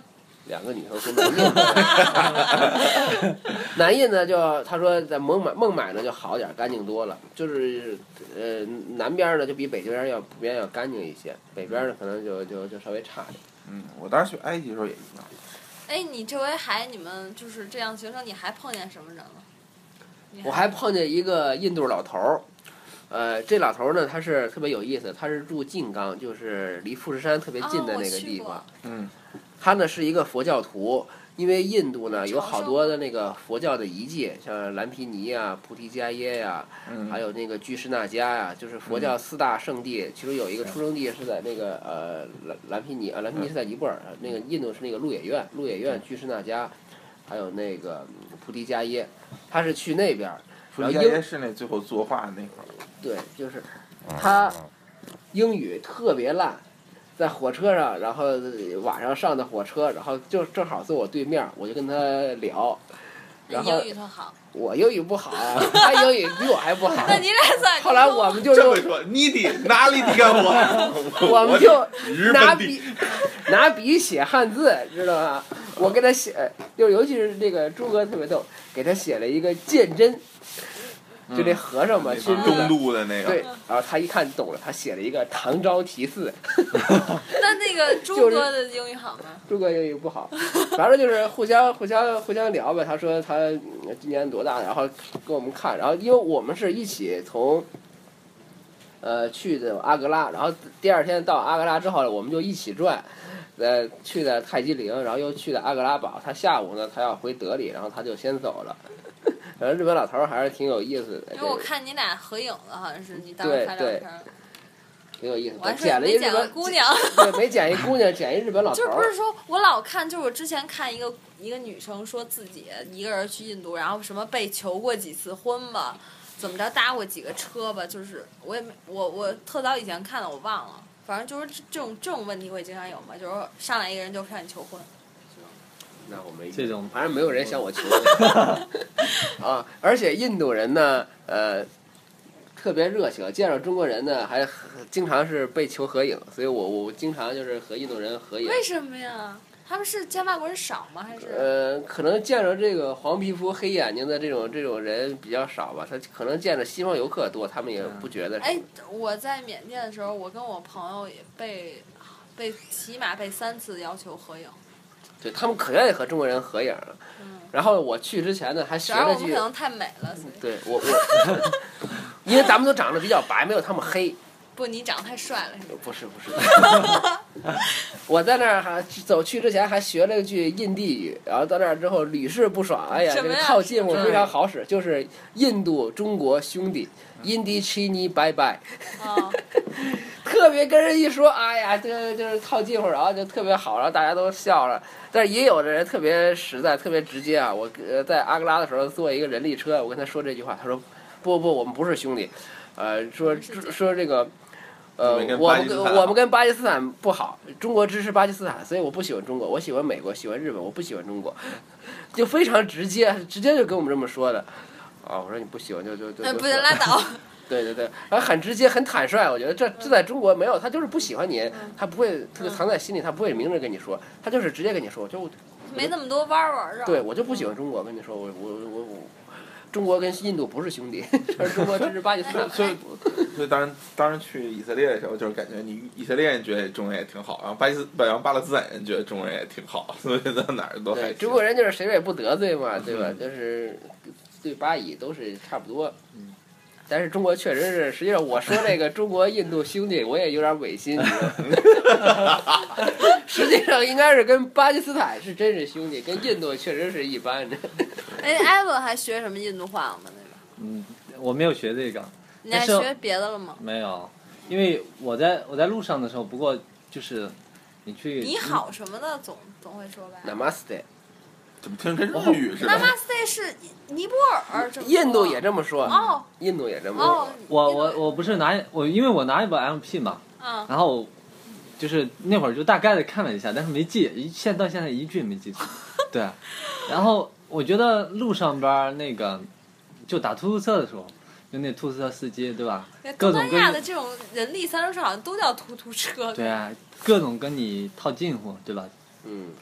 两个女生从南印的，南印呢就他说在孟买孟买呢就好点，干净多了，就是呃南边呢就比北边要普遍要干净一些，北边呢可能就就就稍微差点。 嗯，我当时去埃及的时候也一样。 哎，你这回还你们就是这样行程，你还碰见什么人了？ 我还碰见一个印度老头儿，呃，这老头儿呢，他是特别有意思，他是住静冈，就是离富士山特别近的那个地方。 哦、 嗯， 他呢是一个佛教徒，因为印度呢有好多的那个佛教的遗迹，像蓝毗尼呀、菩提伽耶呀， 嗯、 还有那个居士那迦呀，就是佛教四大圣地。嗯、其中有一个出生地是在那个呃蓝蓝毗尼啊，蓝毗尼是在尼泊尔，嗯、那个印度是那个鹿野苑，鹿野苑、居士那迦，还有那个菩提伽耶，他是去那边。 菩提伽耶是那最后作画那块儿。 对，就是他英语特别烂。在火车上，然后晚上上的火车，然后就正好坐我对面，我就跟他聊。然后英语特好， 我英语不好，他英语比我还不好。 那你俩咋？ 后来我们就这么说，你的哪里的干我？ 我们就拿笔笔拿笔写汉字，知道吧？我给他写，就尤其是这个朱哥特别逗，给他写了一个鉴真。就这和尚嘛，去中路的那个。 对，然后他一看懂了，他写了一个唐招提寺。 那那个朱哥的英语好吗？ 朱哥英语不好，反正就是互相互相互相聊呗。他说他今年多大，然后给我们看，然后因为我们是一起从呃去的阿格拉，然后第二天到阿格拉之后，我们就一起转。呃，去的泰姬陵，然后又去的阿格拉堡。他下午呢，他要回德里，然后他就先走了。反正日本老头儿还是挺有意思的。 因为我看你俩合影了，好像是你当时拍照片。 挺有意思。 我还捡了一日本姑娘。 对，没捡一姑娘，捡一日本老头儿。 就不是说我老看，就是我之前看一个一个女生说自己一个人去印度，然后什么被求过几次婚吧，怎么着搭过几个车吧，就是我也没我我特早以前看的，我忘了。反正就是这种这种问题会经常有嘛，就是上来一个人就向你求婚。 那我没这种， 反正没有人向我求啊！而且印度人呢，呃，特别热情，见着中国人呢，还经常是被求合影，所以我我经常就是和印度人合影。 为什么呀？他们是见外国人少吗？还是？ 呃，可能见着这个黄皮肤、黑眼睛的这种这种人比较少吧。他可能见着西方游客多，他们也不觉得。 哎，我在缅甸的时候，我跟我朋友也被被起码被三次要求合影。 对他们可愿意和中国人合影了， 嗯、 然后我去之前呢，还学了句。 我们可能太美了。 对我我，因为咱们都长得比较白，没有他们黑。 不，你长得太帅了，是不是不是。我在那儿还走去之前还学了一句印地语，然后到那儿之后屡试不爽。哎呀，这个套近乎非常好使，就是印度中国兄弟，印地奇尼拜拜。 哦特别跟人一说，哎呀，这就是套近乎，然后就特别好，然后大家都笑了。但是也有的人特别实在，特别直接啊。我呃在阿格拉的时候坐一个人力车，我跟他说这句话，他说不不，我们不是兄弟，呃，说说这个，呃，我们我们跟巴基斯坦不好，中国支持巴基斯坦，所以我不喜欢中国，我喜欢美国，喜欢日本，我不喜欢中国，就非常直接，直接就跟我们这么说的。啊，我说你不喜欢就就就就。 不能拉倒。 对对对，然后很直接很坦率，我觉得这这在中国没有，他就是不喜欢你，他不会特别藏在心里，他不会明着跟你说，他就是直接跟你说，就没那么多弯弯绕。 对，我就不喜欢中国，跟你说，我我我我，中国跟印度不是兄弟，而中国支持巴基斯坦。 所以所以当时当时去以色列的时候，就是感觉你以色列人觉得中国人也挺好，然后巴基斯然后巴勒斯坦人觉得中国人也挺好，所以在哪儿都还。 中国人就是谁也不得罪嘛，对吧？就是对巴以都是差不多。嗯。但是中国确实是，实际上我说这个中国印度兄弟，我也有点违心。实际上应该是跟巴基斯坦是真是兄弟，跟印度确实是一般的。 哎，艾伦还学什么印度话了吗？那个？ 嗯，我没有学这个。 你还学别的了吗？ 没有，因为我在我在路上的时候，不过就是你去。 你好什么的总总会说吧。 Namaste。 怎么听成日语似的 ？Namaste 是尼泊尔， 印度也这么说。 哦， 印度也这么说。 哦， 我我我不是拿我，因为我拿一本 M P 嘛， 嗯， 然后就是那会儿就大概的看了一下，但是没记，一现到现在一句没记住。对，然后我觉得路上边那个就打出租车的时候，就那出租车司机对吧？各种东南亚的这种人力三轮车好像都叫突突车。 对啊，各种跟你套近乎，对吧？ 嗯。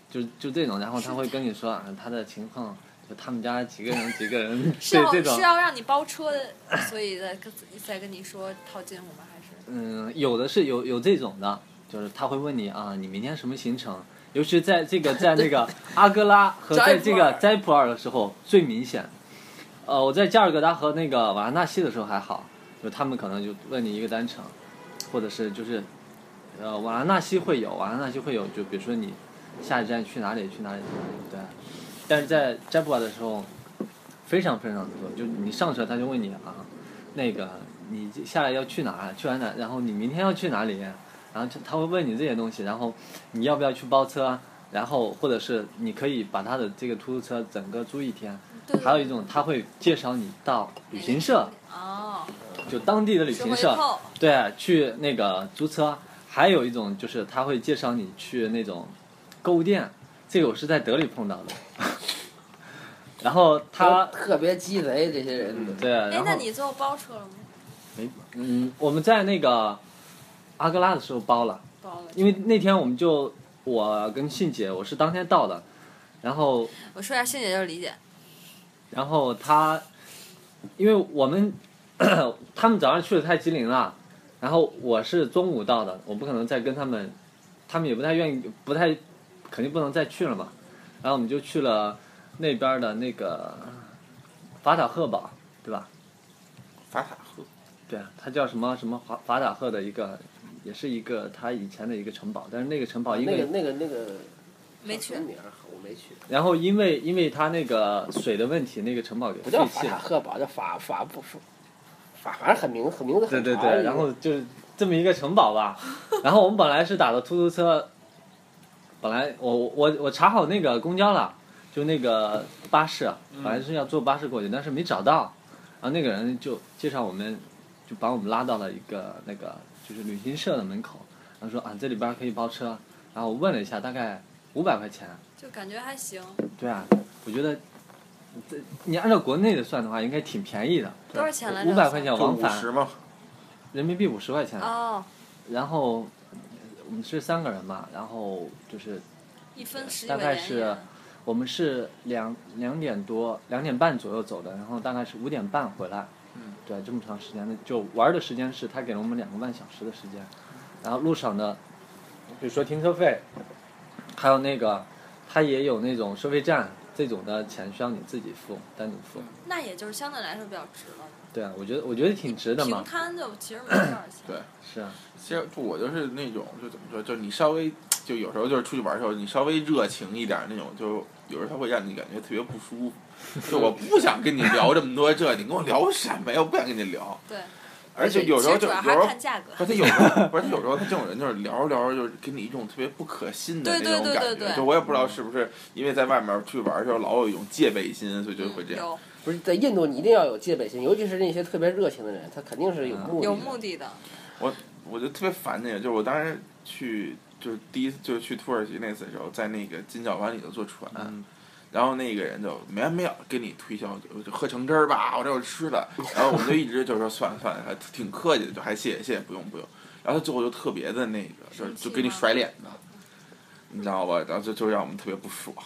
就就这种，然后他会跟你说啊他的情况，就他们家几个人几个人， 是要对这种是要让你包车的，所以再跟再跟你说套近乎吗？还是嗯，有的是有有这种的，就是他会问你啊，你明天什么行程？尤其在这个在那个阿哥拉和在这个斋普尔的时候最明显。呃，我在加尔各答和那个瓦拉纳西的时候还好，就他们可能就问你一个单程，或者是就是，呃，瓦拉纳西会有，瓦拉纳西会有，就比如说你下一站去哪里去哪里去哪里，对。但是在斋普尔的时候，非常非常多，就你上车他就问你啊，那个你下来要去哪？去完哪？然后你明天要去哪里？然后他会问你这些东西，然后你要不要去包车？然后或者是你可以把他的这个出租车整个租一天。还有一种他会介绍你到旅行社， 哦， 就当地的旅行社，对，去那个租车。还有一种就是他会介绍你去那种购物店，这个我是在德里碰到的。然后他特别鸡贼这些人。 对，然后哎，那你最后包车了吗？ 没，嗯，我们在那个阿格拉的时候包了， 包了， 因为那天我们就我跟信姐，我是当天到的，然后我说一下，信姐就是李姐。 然后他，因为我们他们早上去的太吉林了，然后我是中午到的，我不可能再跟他们，他们也不太愿意，不太肯定不能再去了嘛。然后我们就去了那边的那个法塔赫堡，对吧？ 法塔赫。 对，它叫什么什么法法塔赫的一个，也是一个他以前的一个城堡，但是那个城堡因为那个那个那个没去。 我没去。 然后因为因为它那个水的问题，那个城堡给不叫废弃了。 法塔赫堡，叫法法不法，反正很名很名字很对对长。 对，然后就是这么一个城堡吧。然后我们本来是打的出租车，本来我我我查好那个公交了，就那个巴士，本来是要坐巴士过去，但是没找到。然后那个人就介绍我们，就把我们拉到了一个那个就是旅行社的门口，然后说啊这里边可以包车。然后我问了一下，大概五百块钱。 就感觉还行。 对啊，我觉得，这你按照国内的算的话，应该挺便宜的。 多少钱来着？ 五百块钱往返。 五十吗？ 人民币五十块钱。 哦。 然后我们是三个人嘛，然后就是。 一分十大概是，我们是两两点多两点半左右走的，然后大概是五点半回来。 嗯。 对，这么长时间的，就玩的时间是他给了我们两个半小时的时间，然后路上的，比如说停车费，还有那个。它也有那种收费站，这种的钱需要你自己付，单独付。 那也就是相对来说比较值了。 对啊，我觉得我觉得挺值的嘛。 平摊就其实没多少钱。 对， 是啊。 其实我就是那种，就怎么说，就你稍微就有时候就是出去玩的时候，你稍微热情一点那种，就有时候它会让你感觉特别不舒服。就我不想跟你聊这么多这，你跟我聊什么呀？我不想跟你聊。 对。 而且有时候就有时候， 不是他有时候，不是他有时候他这种人就是聊着聊着就是给你一种特别不可信的那种感觉，就我也不知道是不是因为在外面出去玩的时候老有一种戒备心，所以就会这样。 不是在印度你一定要有戒备心，尤其是那些特别热情的人，他肯定是有目的的。 有目的的。 我我就特别烦那个，就是我当时去就是第一次就是去土耳其那次的时候，在那个金角湾里头坐船。嗯然后那个人就没完没了给你推销，就就喝橙汁儿吧，我这有吃的。然后我们就一直就说算了算了，还挺客气的，就还谢谢谢谢，不用不用。然后他最后就特别的那个，就就给你甩脸子，你知道吧？然后就就让我们特别不爽，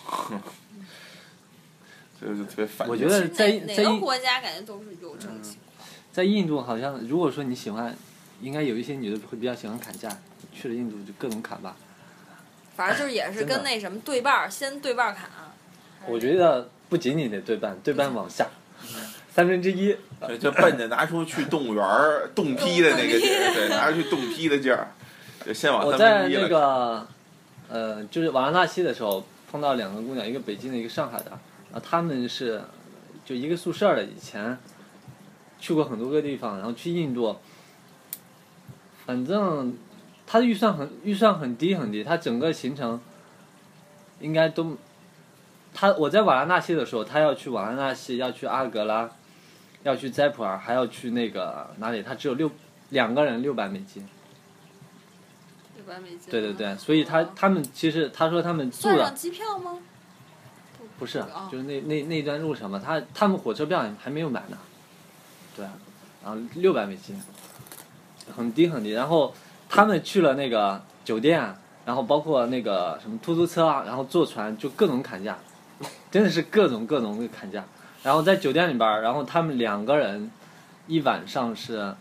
所以就特别烦。 我觉得在哪个国家感觉都是有这种情况。 在印度好像，如果说你喜欢，应该有一些女的会比较喜欢砍价，去了印度就各种砍吧。 反正就是也是跟那什么对半儿，先对半儿砍。 我觉得不仅仅得对半，对半往下，三分之一。 对，就奔着拿出去动物园儿冻批的那个劲儿，对，拿出去冻批的劲儿，就先往三分之一了。 我在那个，呃，就是瓦拉纳西的时候碰到两个姑娘，一个北京的，一个上海的，啊，她们是就一个宿舍的，以前去过很多个地方，然后去印度，反正她的预算很预算很低很低，她整个行程应该都。他我在瓦拉纳西的时候，他要去瓦拉纳西，要去阿格拉，要去斋普尔，还要去那个哪里？他只有六两个人六百美金。 六百美金。 对对对，所以他他们其实他说他们住的。 算上机票吗？ 不是，就是那那那段路程嘛，他他们火车票还没有买呢。对，然后六百美金，很低很低。然后他们去了那个酒店， 然后包括那个什么出租车啊，然后坐船就各种砍价，真的是各种各种的砍价。然后在酒店里边，然后他们两个人一晚上是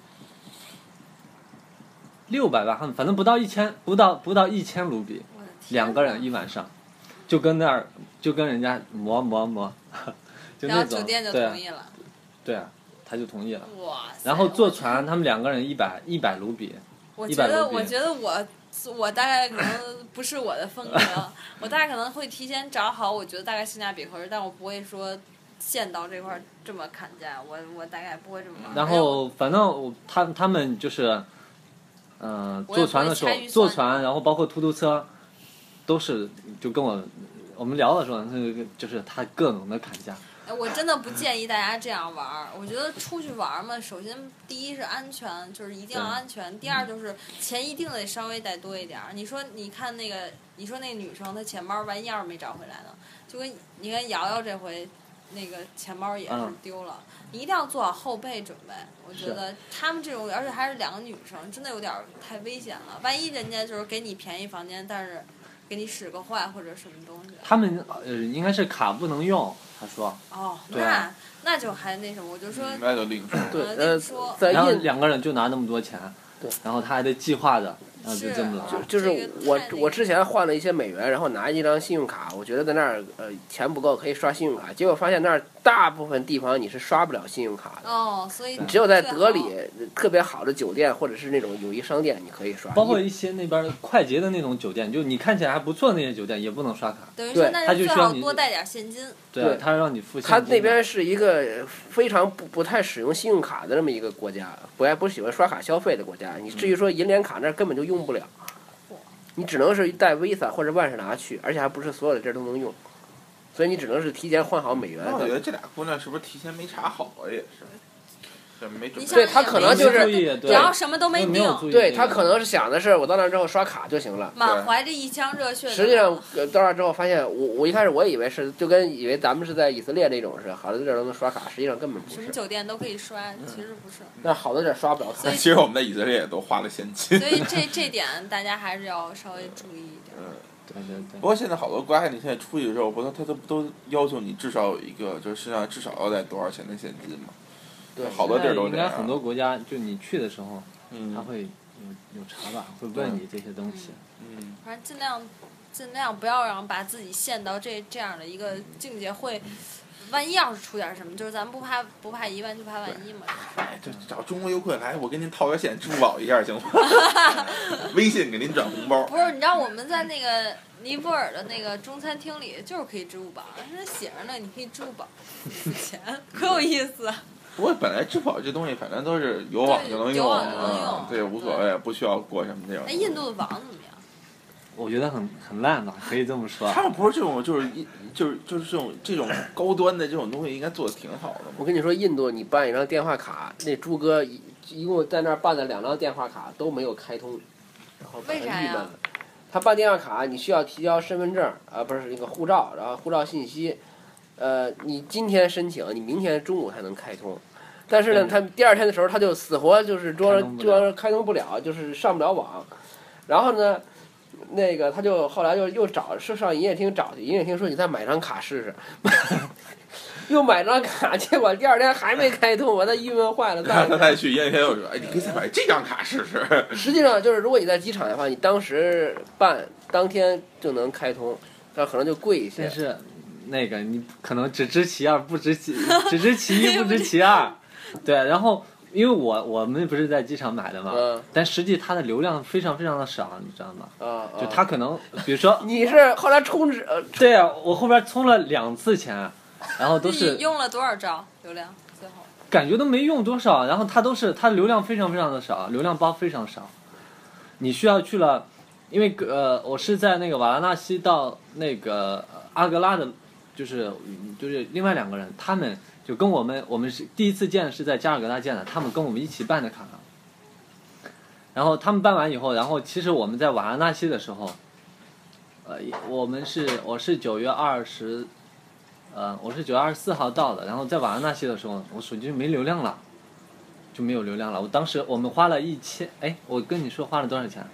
六百吧，反正不到一千，不到不到一千卢比，两个人一晚上，就跟那儿就跟人家磨磨磨，就那种。 然后酒店就同意了。 对啊，他就同意了。 哇塞！ 然后坐船，他们两个人一百一百卢比。 我觉得，我觉得我我大概可能不是我的风格，我大概可能会提前找好，我觉得大概性价比合适，但我不会说线到这块儿这么砍价，我我大概不会这么玩。 然后反正我他他们就是，嗯、呃，坐船的时候坐船，然后包括出租车，都是就跟我我们聊的时候，是就是他各种的砍价。 我真的不建议大家这样玩儿。我觉得出去玩儿嘛，首先第一是安全，就是一定要安全；第二就是钱一定得稍微带多一点儿。你说，你看那个，你说那个女生她钱包万一要是没找回来呢？就跟你看瑶瑶这回，那个钱包也是丢了。嗯、你一定要做好后备准备。我觉得他们这种，而且还是两个女生，真的有点太危险了。万一人家就是给你便宜房间，但是给你使个坏或者什么东西。 他们呃应该是卡不能用。他说：“ 哦，那那就还那什么，我就说， 嗯、那就另说。 对，呃， 然后两个人就拿那么多钱， 对， 然后他还得计划着，然后就这么来。 就就是我我之前换了一些美元，然后拿一张信用卡，我觉得在那儿呃钱不够可以刷信用卡，结果发现那儿大部分地方你是刷不了信用卡的。 哦，所以只有在德里特别好的酒店或者是那种友谊商店你可以刷。 包括一些那边快捷的那种酒店，就你看起来还不错的那些酒店也不能刷卡。 等于说那就最好多带点现金。 对，他让你付现金。 他那边是一个非常不不太使用信用卡的这么一个国家，不爱不喜欢刷卡消费的国家。你至于说银联卡那根本就用不了，你只能是带 Visa 或者万事达去，而且还不是所有的地儿都能用，所以你只能是提前换好美元。 我觉得这俩姑娘是不是提前没查好啊？也是。没准对他可能就是只要什么都没定， 对他可能是想的是我到那之后刷卡就行了， 满怀着一腔热血。 实际上到那之后发现，我我一开始我以为是就跟以为咱们是在以色列那种是好多地儿都能刷卡，实际上根本不是。 什么酒店都可以刷，其实不是。 那好多地儿刷不了卡。 其实我们在以色列也都花了现金。 所以这这点大家还是要稍微注意一点。 嗯， 对对对。 不过现在好多国家，你现在出去的时候，不都他都都要求你至少有一个，就是身上至少要带多少钱的现金嘛。 对， 好多地儿都应该很多国家，就你去的时候， 嗯、 他会有有查吧，会问你这些东西。 嗯。 反正尽量尽量不要让把自己陷到这这样的一个境界，会万一要是出点什么，就是咱们不怕不怕一万就怕万一嘛。 哎，就找中国游客来，我给您套个现，支付宝一下行吗？微信给您转红包。 不是，你知道我们在那个尼泊尔的那个中餐厅里，就是可以支付宝，那写着呢，你可以支付宝付钱，可有意思。 不过本来支付宝这东西，反正都是有网就能用， 嗯， 对，无所谓，不需要过什么这种。 那印度的网怎么样？ 我觉得很很烂吧，可以这么说。 他们不是这种，就是一就是就是这种这种高端的这种东西，应该做的挺好的。 我跟你说，印度你办一张电话卡，那朱哥一一共在那儿办的两张电话卡都没有开通，然后很郁闷了。他办电话卡，你需要提交身份证啊、呃，不是那个护照，然后护照信息。呃，你今天申请，你明天中午才能开通，但是呢，他第二天的时候他就死活就是说说开通不了，就是上不了网，然后呢，那个他就后来就又找是上营业厅找去，营业厅说你再买张卡试试，又买张卡，结果第二天还没开通，我他郁闷坏了。 他再去营业厅又说，哎，你可以再买这张卡试试。 实际上就是如果你在机场的话，你当时办当天就能开通，但可能就贵一些。 但是。那个你可能只知其二不知其只知其一不知其二，对，然后因为我我们不是在机场买的嘛， 嗯、 但实际它的流量非常非常的少，你知道吗？ 啊、 就它可能比如说你是后来充值，呃， 对啊，我后边充了两次钱，然后都是你用了多少兆流量？最后感觉都没用多少，然后它都是它流量非常非常的少，流量包非常少，你需要去了，因为呃我是在那个瓦拉纳西到那个阿格拉的。就是就是另外两个人，他们就跟我们我们是第一次见是在加尔各答见的，他们跟我们一起办的卡，然后他们办完以后，然后其实我们在瓦拉纳西的时候，呃，我们是我是九月二十，呃，我是九月二十四号到的，然后在瓦拉纳西的时候，我手机就没流量了，就没有流量了。我当时我们花了一千，哎，我跟你说花了多少钱？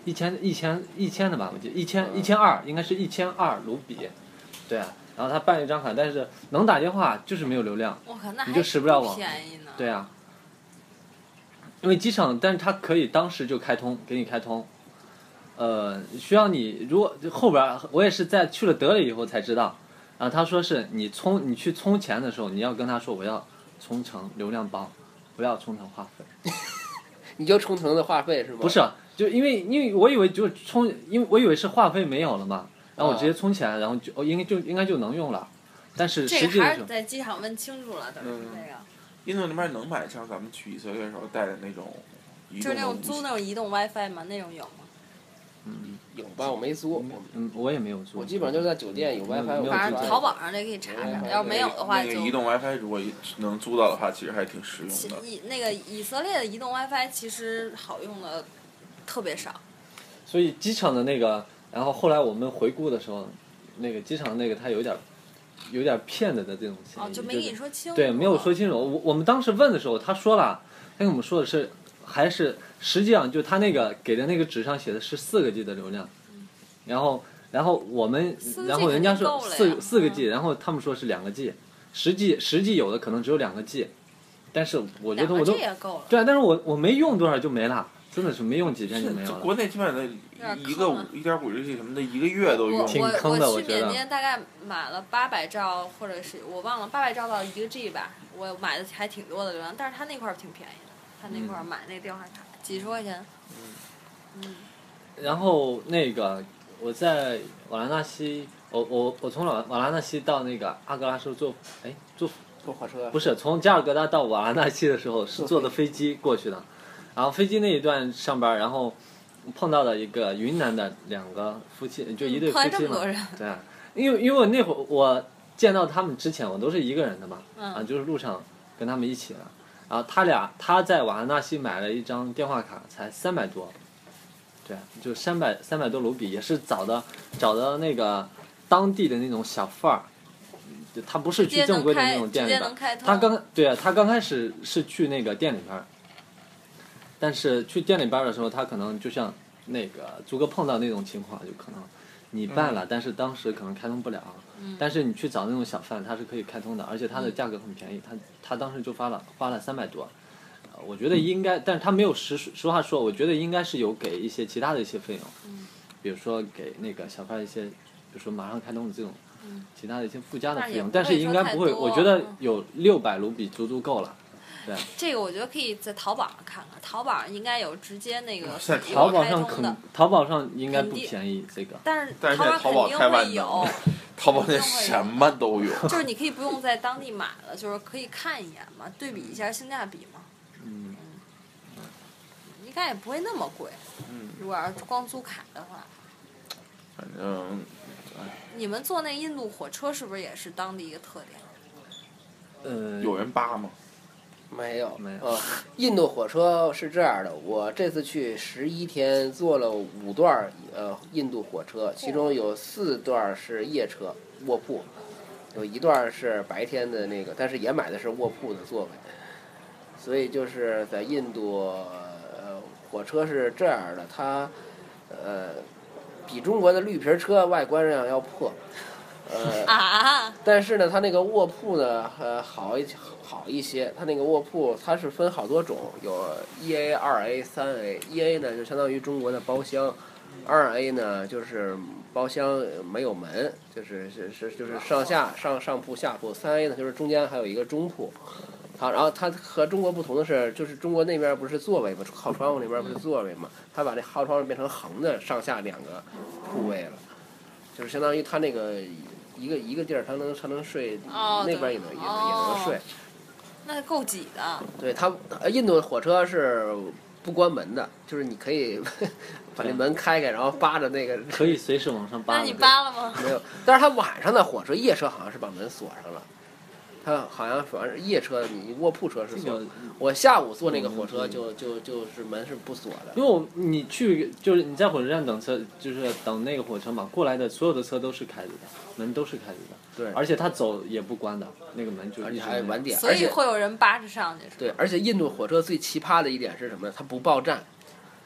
一千一千一千的吧，我记得一千一千二，应该是一千二卢比，对啊。然后他办了一张卡，但是能打电话就是没有流量， 我靠，那你就使不了网。 便宜呢。 对啊，因为机场，但是他可以当时就开通，给你开通。呃，需要你如果后边我也是在去了德里以后才知道，然后他说是你充你去充钱的时候，你要跟他说我要充成流量包，不要充成话费。 你就充成的话费是吗？ 不是，就因为因为我以为就充，因为我以为是话费没有了嘛。然后我直接充钱，然后就哦，应该就应该就能用了，但是实际这个还是在机场问清楚了，等于这个。 印度那边能买像咱们去以色列的时候带的那种移动的无线， 就是那种租那种移动 WiFi 吗？那种有吗？ 嗯， 有吧？我没租。 嗯，我也没有租。 我基本上就是在酒店有 WiFi，我反正淘宝上这可以查查，要是没有的话就。 那个移动 WiFi 如果能租到的话，其实还挺实用的。 以那个以色列的移动 WiFi 其实好用的特别少。 所以机场的那个，然后后来我们回顾的时候。那个机场那个他有点，有点骗子的这种嫌疑。 哦，就没跟你说清楚。 对，没有说清楚。我我们当时问的时候，他说了，他跟我们说的是，还是实际上就他那个给的那个纸上写的是四个 G 的流量，嗯、然后然后我们然后人家说四四个 G，、嗯、然后他们说是两个 G， 实际实际有的可能只有两个 G， 但是我觉得我都对啊，但是我我没用多少就没了。真的是没用几天就没有了。 国内基本上一个一点五 G 什么的，一个月都用。 挺坑的， 我去缅甸大概买了八百兆，或者是我忘了八百兆到一个 G 吧，我买的还挺多的流量，但是他那块儿挺便宜的，他那块儿买那个电话卡、嗯、几十块钱。嗯。嗯。 然后那个我在瓦拉纳西，我我我从瓦瓦拉纳西到那个阿格拉时候坐，哎坐坐火车。 不是，从加尔各答到瓦拉纳西的时候是坐的飞机过去的。然后飞机那一段上班，然后碰到了一个云南的两个夫妻，就一对夫妻嘛。对啊，因为因为那会儿我见到他们之前，我都是一个人的嘛， 嗯、 啊，就是路上跟他们一起了。然后他俩他在瓦拉纳西买了一张电话卡，才三百多，对，就三百三百多卢比，也是找的找的那个当地的那种小贩儿。他不是去正规的那种店里边，他刚对啊，他刚开始是去那个店里边。但是去店里边的时候，他可能就像那个朱哥碰到那种情况，就可能你办了，嗯、但是当时可能开通不了。嗯、但是你去找那种小贩，他是可以开通的，而且它的价格很便宜，他他当时就发了花了三百多。呃，我觉得应该，但是他没有实实话说，我觉得应该是有给一些其他的一些费用， 嗯、 比如说给那个小贩一些，比如说马上开通的这种， 嗯、 其他的一些附加的费用， 但是应该不会，我觉得有六百卢比足足够了。对， 这个我觉得可以在淘宝上看看，淘宝上应该有直接那个在淘宝上肯淘宝上应该不便宜这个， 但是但是淘宝肯定会有， 淘宝那什么都有， 就是你可以不用在当地买了，就是可以看一眼嘛，对比一下性价比嘛。 嗯， 嗯应该也不会那么贵。 嗯， 如果要是光租卡的话， 反正， 你们坐那印度火车是不是也是当地一个特点？ 呃， 有人扒吗？ 没有， 没有。 呃，印度火车是这样的，我这次去十一天，坐了五段呃印度火车，其中有四段是夜车卧铺，有一段是白天的那个，但是也买的是卧铺的座位。所以就是在印度，呃，火车是这样的，它呃比中国的绿皮车外观上要破。呃， 啊、 但是呢，它那个卧铺呢，呃，好一好一些。它那个卧铺它是分好多种，有一 A、二 A、三 A。一 A 呢就相当于中国的包厢，二 A 呢就是包厢没有门，就是是是就是上下上上铺下铺。三 A 呢就是中间还有一个中铺。好，然后它和中国不同的是，就是中国那边不是座位吗？靠窗户那边不是座位吗？它把那靠窗户变成横的上下两个铺位了，就是相当于它那个。一个一个地儿，他能他能睡， 哦、 那边也能也能、 哦、 也能睡， 那够挤的。 对，他印度火车是不关门的，就是你可以把那门开开，然后扒着那个， 可以随时往上扒。 那你扒了吗？ 没有，但是他晚上的火车夜车好像是把门锁上了。它好像反正是夜车，你卧铺车是锁。这个、我下午坐那个火车就就就是门是不锁的。 因为我你去就是你在火车站等车，就是等那个火车嘛，过来的所有的车都是开着的，门都是开着的。 对。 而且它走也不关的，那个门就而且还晚点。 所以会有人扒着上去。 对，而且印度火车最奇葩的一点是什么呢？它不报站。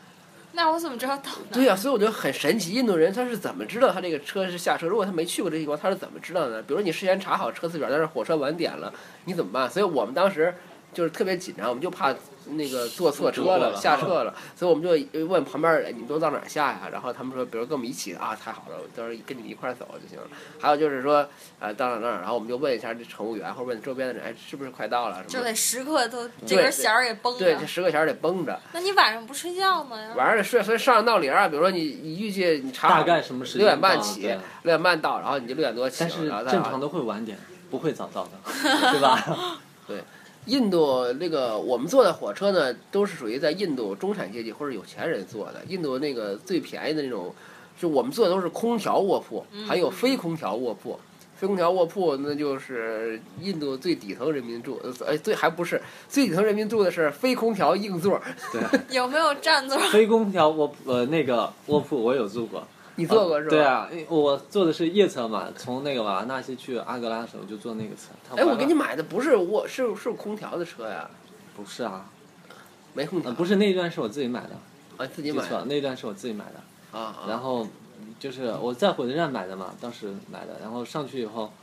那我怎么知道到哪？ 对呀、啊，所以我觉得很神奇，印度人他是怎么知道他这个车是下车？如果他没去过这地方，他是怎么知道的呢？比如你事先查好车次表，但是火车晚点了，你怎么办？所以我们当时就是特别紧张，我们就怕那个坐错车了，下车了，所以我们就问旁边人你们都到哪儿下呀？然后他们说，比如跟我们一起啊，太好了，到时候跟你们一块儿走就行了。还有就是说，呃，到哪儿哪儿，然后我们就问一下这乘务员，或者问周边的人，哎，是不是快到了？什么就得时刻都这根弦儿给绷着。 对，这十个弦儿得绷着。 那你晚上不睡觉吗？ 晚上得睡，所以上到铃啊，比如说你你预计你查大概什么时间？ 六点半起，六点半到，然后你就六点多起。 但是正常都会晚点，不会早到的，对吧？ 对。印度那个我们坐的火车呢，都是属于在印度中产阶级或者有钱人坐的。印度那个最便宜的那种，就我们坐的都是空调卧铺，还有非空调卧铺。非空调卧铺那就是印度最底层人民住，哎，最还不是最底层人民住的是非空调硬座。 对。 有没有占座？ 非空调卧呃那个卧铺我有住过。 你坐过是吧？ 对啊，我坐的是夜车嘛，从那个瓦拉纳西去阿格拉的时候就坐那个车。 哎，我给你买的不是卧，是是空调的车呀？ 不是啊， 没空调。 不是那一段是我自己买的。 啊，自己买的。 那一段是我自己买的。啊。 然后就是我在火车站买的嘛，当时买的，然后上去以后，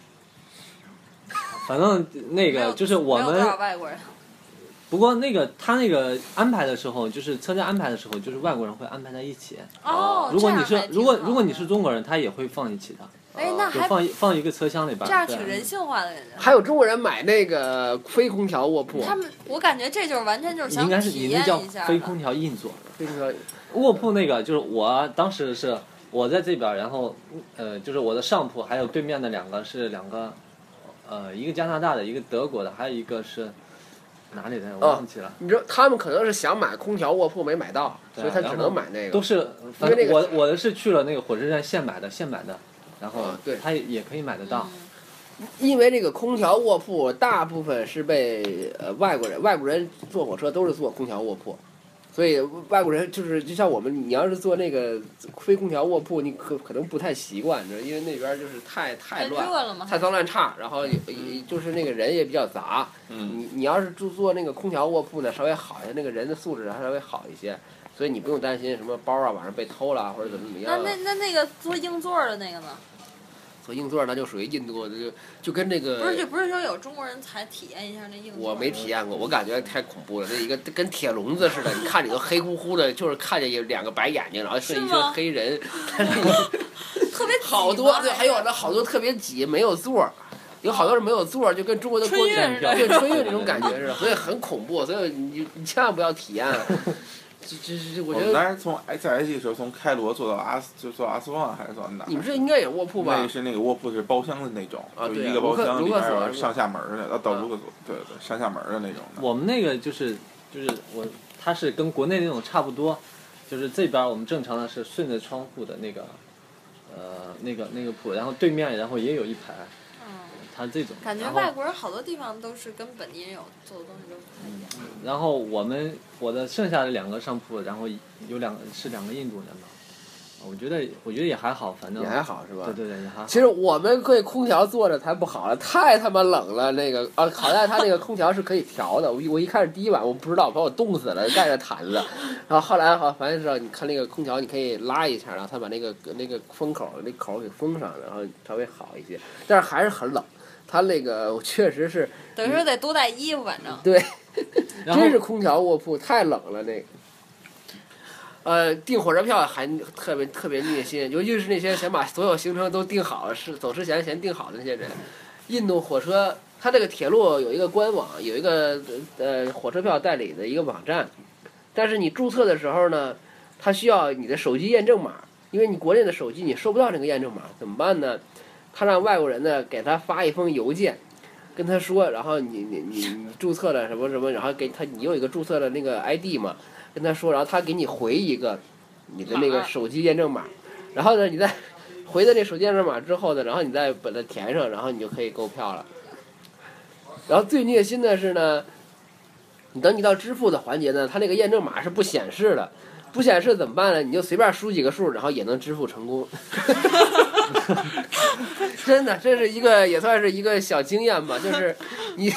反正那个就是我们。 没有多少外国人。 不过那个他那个安排的时候，就是车站安排的时候，就是外国人会安排在一起。 哦， 如果你是如果如果你是中国人，他也会放一起的。 哎，那还放放一个车厢里边。 这样挺人性化的人。 还有中国人买那个非空调卧铺。 他们，我感觉这就是完全就是想应该是你那叫非空调硬座。 非空调卧铺那个就是我当时是我在这边，然后呃就是我的上铺，还有对面的两个是两个，呃一个加拿大的，一个德国的，还有一个是。哪里的我忘记了、哦。 你知道他们可能是想买空调卧铺没买到，所以他只能买那个。 都是，反正我我的是去了那个火车站现买的，现买的，然后对， 他也可以买得到。 嗯、因为这个空调卧铺大部分是被呃外国人，外国人坐火车都是坐空调卧铺，所以外国人就是就像我们，你要是坐那个非空调卧铺，你可可能不太习惯，因为那边就是太太乱，太脏乱差，然后也就是那个人也比较杂。 嗯， 你你要是住坐那个空调卧铺呢，稍微好一些，那个人的素质还稍微好一些，所以你不用担心什么包啊晚上被偷了或者怎么怎么样。 那那那那个坐硬座的那个呢？ 坐硬座那就属于印度的，就就跟那个不是就不是说有中国人才体验一下那硬座。 我没体验过，我感觉太恐怖了，那一个跟铁笼子似的，你看里头黑乎乎的，就是看见有两个白眼睛，然后是一群黑人， 特别好多对，还有那好多特别挤，没有座。有好多人没有座，就跟中国的过年对春运那种感觉似的，所以很恐怖，所以你你千万不要体验。这这这，我觉得。 我们当时从在埃及的时候，从开罗坐到阿斯，就坐阿斯旺还是坐哪？ 你们这应该也卧铺吧？ 那是那个卧铺是包厢的那种， 啊、 就一个包厢里边有上下门的，到卢克索，对对，上下门的那种的。 我们那个就是就是我，它是跟国内那种差不多，就是这边我们正常的是顺着窗户的那个，呃，那个那个铺，然后对面然后也有一排。他这种感觉外国人好多地方都是跟本地人有做的东西都不太一样。 嗯、然后我们我的剩下的两个上铺，然后有两个是两个印度人嘛，我觉得我觉得也还好，反正也还好是吧？ 对对对，也还好。 其实我们可以空调坐着才不好了，太他妈冷了。那个啊，好在他那个空调是可以调的。我我一开始第一晚我不知道，把我冻死了，盖着毯子。然后后来好，反正知道你看那个空调，你可以拉一下，然后他把那个那个风口那口给封上，然后稍微好一些，但是还是很冷。他那个确实是， 等于说得多带衣服，反正对，真是空调卧铺太冷了那个。呃，订火车票还特别特别虐心，尤其是那些想把所有行程都订好了，是走之前先订好的那些人。印度火车，它这个铁路有一个官网，有一个呃火车票代理的一个网站，但是你注册的时候呢，它需要你的手机验证码，因为你国内的手机你收不到这个验证码，怎么办呢？他让外国人呢给他发一封邮件，跟他说，然后你你你你注册了什么什么，然后给他你有一个注册的那个 I D 嘛，跟他说，然后他给你回一个你的那个手机验证码，然后呢你再回的那手机验证码之后呢，然后你再把它填上，然后你就可以购票了。然后最虐心的是呢，你等你到支付的环节呢，它那个验证码是不显示的，不显示怎么办呢？你就随便输几个数，然后也能支付成功。真的，这是一个也算是一个小经验吧，就是你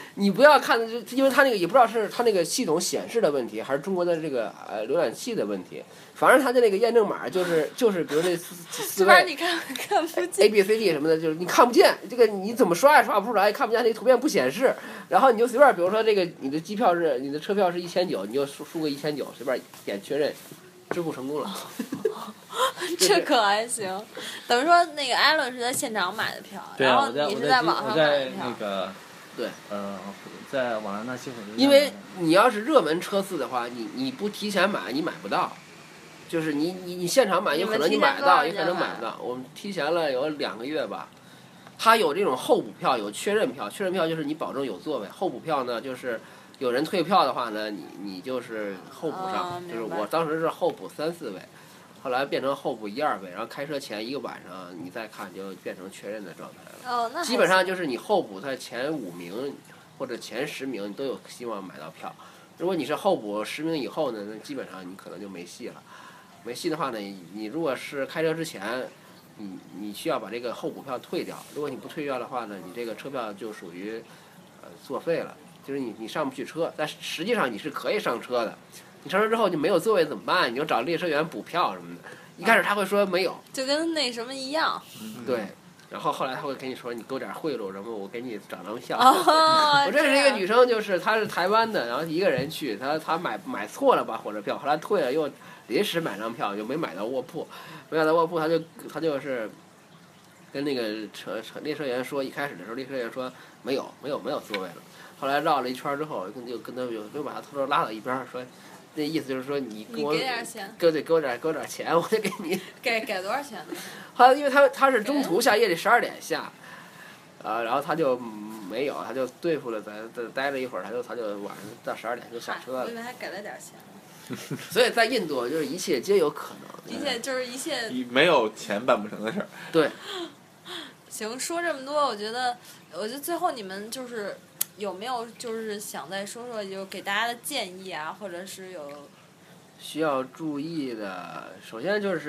你不要看，因为它那个也不知道是它那个系统显示的问题，还是中国的这个呃浏览器的问题。反正它的那个验证码就是就是比如这四四位你看看不见 A B C D 什么的，就是你看不见，这个你怎么刷也刷不出来，看不见那个图片不显示。然后你就随便，比如说这个你的机票是你的车票是一千九，你就输输个一千九，随便点确认，支付成功了。 这可还行。等于说那个艾伦是在现场买的票， 对啊， 然后我在我你是在网上买的在票。 那个对， 呃，在瓦拉纳西火车站。 因为你要是热门车次的话，你你不提前买你买不到。就是你你你现场买有可能你买得到，也可能买不到。我们提前了有两个月吧，它有这种候补票，有确认票。确认票就是你保证有座位，候补票呢就是有人退票的话呢，你你就是候补上。 哦、 就是我当时是候补三四位，后来变成候补一二位，然后开车前一个晚上你再看就变成确认的状态了。 哦，那基本上就是你候补在前五名或者前十名，你都有希望买到票。如果你是候补十名以后呢，那基本上你可能就没戏了。没戏的话呢，你如果是开车之前，你你需要把这个候补票退掉。如果你不退掉的话呢，你这个车票就属于呃作废了，就是你你上不去车。但实际上你是可以上车的。你上车之后就没有座位怎么办？你就找列车员补票什么的。一开始他会说没有， 就跟那什么一样。 对。然后后来他会跟你说，你给我点贿赂什么，我给你涨张票。 哦、 我认识一个女生，就是她是台湾的，然后一个人去，她她买买错了把火车票，后来退了又临时买张票，就没买到卧铺，没买到卧铺，她就她就是跟那个车车列车员说，一开始的时候列车员说没有没有没有座位了，后来绕了一圈之后，跟就跟他就就把他偷偷拉到一边说。那意思就是说，你给我你给点钱， 给对给我点给我点钱，我就给你。 给给多少钱呢？ 后来因为他他是中途下，夜里十二点下，呃，然后他就没有，他就对付了咱，待了一会儿，他就他就晚上到十二点就下车了。 我以为还给了点钱。 所以在印度就是一切皆有可能。 一切就是一切。 没有钱办不成的事儿。 对。 行，说这么多，我觉得，我觉得最后你们就是。有没有就是想再说说，就给大家的建议啊，或者是有需要注意的？首先就是，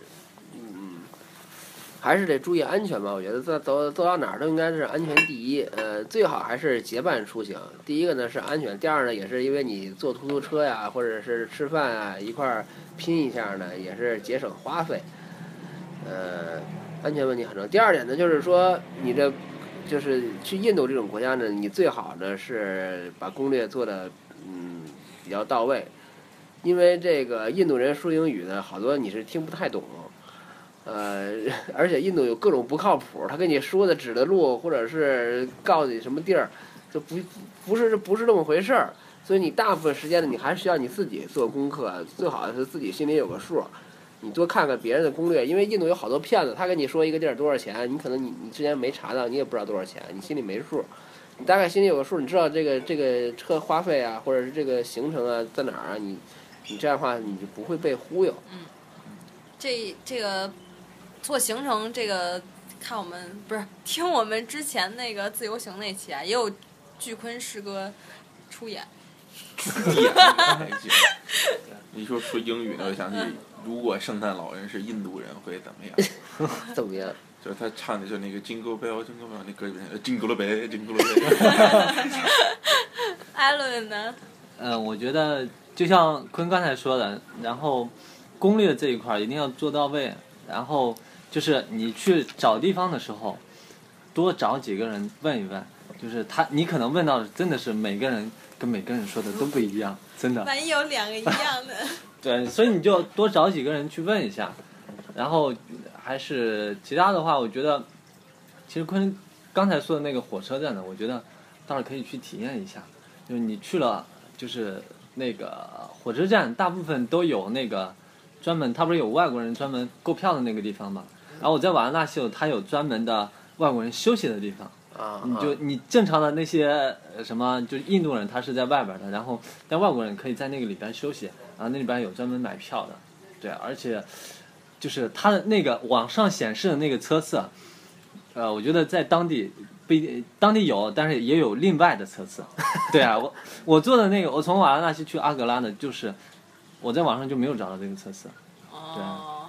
嗯，还是得注意安全吧。我觉得走走走到哪儿都应该是安全第一。呃，最好还是结伴出行。第一个呢是安全，第二呢也是因为你坐出租车呀，或者是吃饭啊一块儿拼一下呢，也是节省花费。呃，安全问题很重要。第二点呢就是说你这。就是去印度这种国家呢，你最好呢是把攻略做的嗯比较到位，因为这个印度人说英语呢，好多你是听不太懂，呃，而且印度有各种不靠谱，他跟你说的指的路或者是告诉你什么地儿，就不不是不是那么回事儿，所以你大部分时间呢，你还是需要你自己做功课，最好是自己心里有个数。你多看看别人的攻略，因为印度有好多骗子，他跟你说一个地儿多少钱，你可能你你之前没查到，你也不知道多少钱，你心里没数，你大概心里有个数，你知道这个这个车花费啊，或者是这个行程啊在哪儿啊，你你这样的话你就不会被忽悠。 嗯，这这个做行程这个看我们不是听我们之前那个自由行那期啊，也有巨坤师哥出演。 出演你说说英语呢，我想起。如果圣诞老人是印度人会怎么样？ 怎么样？ 就是他唱的就那个 Jingle Bell Jingle Bell 那歌里面 Jingle Bell Jingle Bell。 艾伦呢？ 嗯、呃，我觉得就像坤刚才说的，然后攻略这一块一定要做到位，然后就是你去找地方的时候，多找几个人问一问，就是他你可能问到的真的是每个人跟每个人说的都不一样，真的。 万一有两个一样的。 对，所以你就多找几个人去问一下，然后还是其他的话，我觉得其实坤刚才说的那个火车站呢，我觉得倒是可以去体验一下。就是你去了，就是那个火车站，大部分都有那个专门，他不是有外国人专门购票的那个地方嘛？然后我在瓦拉纳西有，他有专门的外国人休息的地方。 啊， 你就你正常的那些什么，就印度人他是在外边的，然后但外国人可以在那个里边休息，然后那里边有专门买票的，对，而且就是他的那个网上显示的那个车次，呃，我觉得在当地不一定，当地有，但是也有另外的车次，对啊，我我坐的那个，我从瓦拉纳西去阿格拉的，就是我在网上就没有找到这个车次， 哦，可能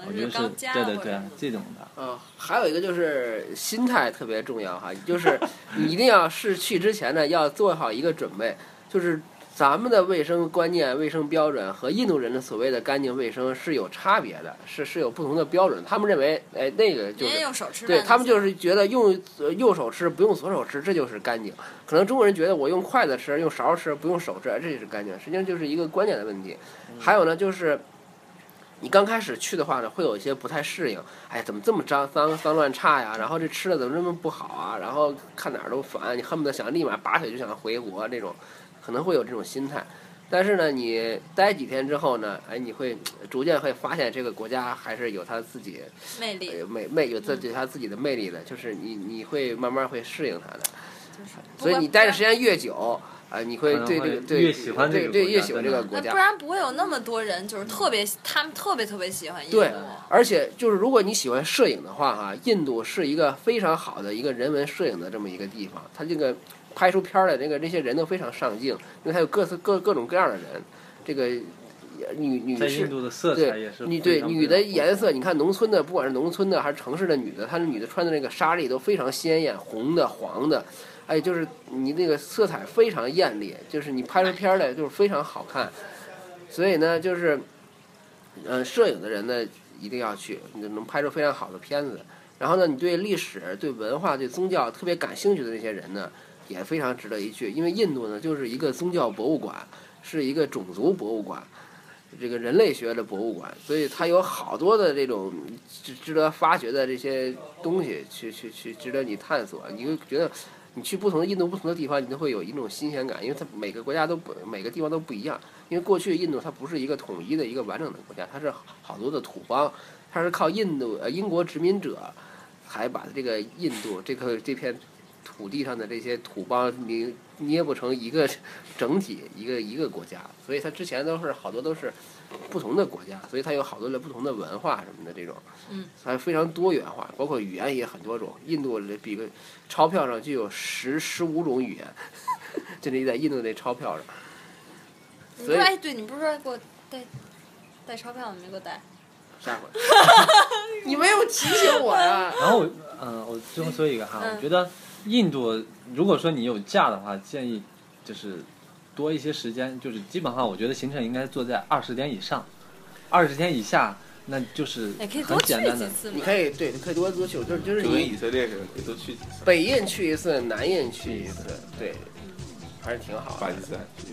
我觉得是刚加对对对或者这种的。 嗯，还有一个就是心态特别重要哈，就是你一定要是去之前呢要做好一个准备，就是咱们的卫生观念、卫生标准和印度人的所谓的干净卫生是有差别的，是是有不同的标准。他们认为，哎，那个就人家是用手吃饭对他们就就是觉得用呃右手吃不用左手吃，这就是干净。可能中国人觉得我用筷子吃、用勺吃不用手吃，这就是干净。实际上就是一个观念的问题。还有呢，就是你刚开始去的话呢，会有一些不太适应。哎，怎么这么脏脏脏乱差呀？然后这吃的怎么这么不好啊？然后看哪儿都烦，你恨不得想立马拔腿就想回国这种，可能会有这种心态。但是呢，你待几天之后呢，哎，你会逐渐会发现这个国家还是有它自己魅力， 呃魅魅有自己它自己的魅力的，就是你你会慢慢会适应它的。 就是所以你待的时间越久，啊、你会对这个对越喜欢这个对对国家越喜欢这个真国家那不。然不会有那么多人，就是特别他们特别特别喜欢印度。 对，而且就是如果你喜欢摄影的话，哈，印度是一个非常好的一个人文摄影的这么一个地方。它这个拍出片儿的这个这些人都非常上镜，因为它有各色各各种各样的人。这个女女在士印度的色彩也是对女对非常女的非常颜色，你看农村的，不管是农村的还是城市的女的，她的女的穿的那个纱丽都非常鲜艳，红的、黄的，哎，就是你那个色彩非常艳丽，就是你拍出片儿来就是非常好看。所以呢，就是，嗯、呃，摄影的人呢一定要去，你就能拍出非常好的片子。然后呢，你对历史、对文化、对宗教特别感兴趣的那些人呢，也非常值得一去。因为印度呢就是一个宗教博物馆，是一个种族博物馆，这个人类学的博物馆，所以它有好多的这种值值得发掘的这些东西，去去去值得你探索。你会觉得你去不同的印度不同的地方，你都会有一种新鲜感，因为它每个国家都不每个地方都不一样。因为过去印度它不是一个统一的一个完整的国家，它是好多的土邦，它是靠印度呃英国殖民者才把这个印度这个这片土地上的这些土邦捏捏不成一个整体，一个一个国家，所以它之前都是好多都是不同的国家，所以它有好多的不同的文化什么的这种， 嗯， 它非常多元化，包括语言也很多种。印度的比个钞票上就有十十五种语言，就那在印度那钞票上。所以你不是哎，对你不是说给我带带钞票，你没给我带？ 下回你没有提醒我呀。 然后我，嗯、呃，我最后说一个哈， 嗯我觉得印度，如果说你有假的话，建议就是多一些时间，就是基本上我觉得行程应该做在二十天以上，二十天以下，那就是很也可以多去简单的几。次嘛。 你可以对，你可以多多去，就是就是就跟以你色列似的，可以多去几次。 北印去一次，南印去一次，对，还是挺好的。 巴基斯坦去。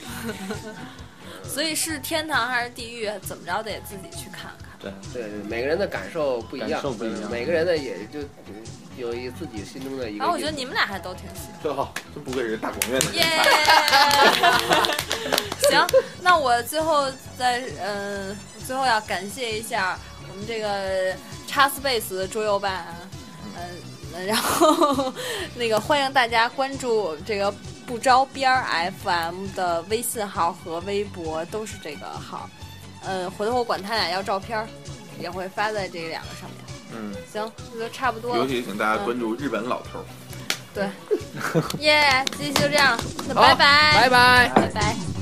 所以是天堂还是地狱，怎么着得自己去看看。 对， 对对，每个人的感受不一样， 感受不一样每个人的也就有一自己心中的一个。 然后我觉得你们俩还都挺喜欢。 这好，真不愧是大广院的人耶才。 行，那我最后再嗯，我最后要感谢一下我们这个叉 Space 桌游版，嗯，然后那个欢迎大家关注我们这个不着边儿 F M 的微信号和微博，都是这个号。嗯，回头我管他俩要照片儿，也会发在这两个上面。 嗯， 行，这就差不多了尤。其请大家关注日本老头儿。 对，耶，这期就这样，那好拜拜， 拜拜。 拜拜。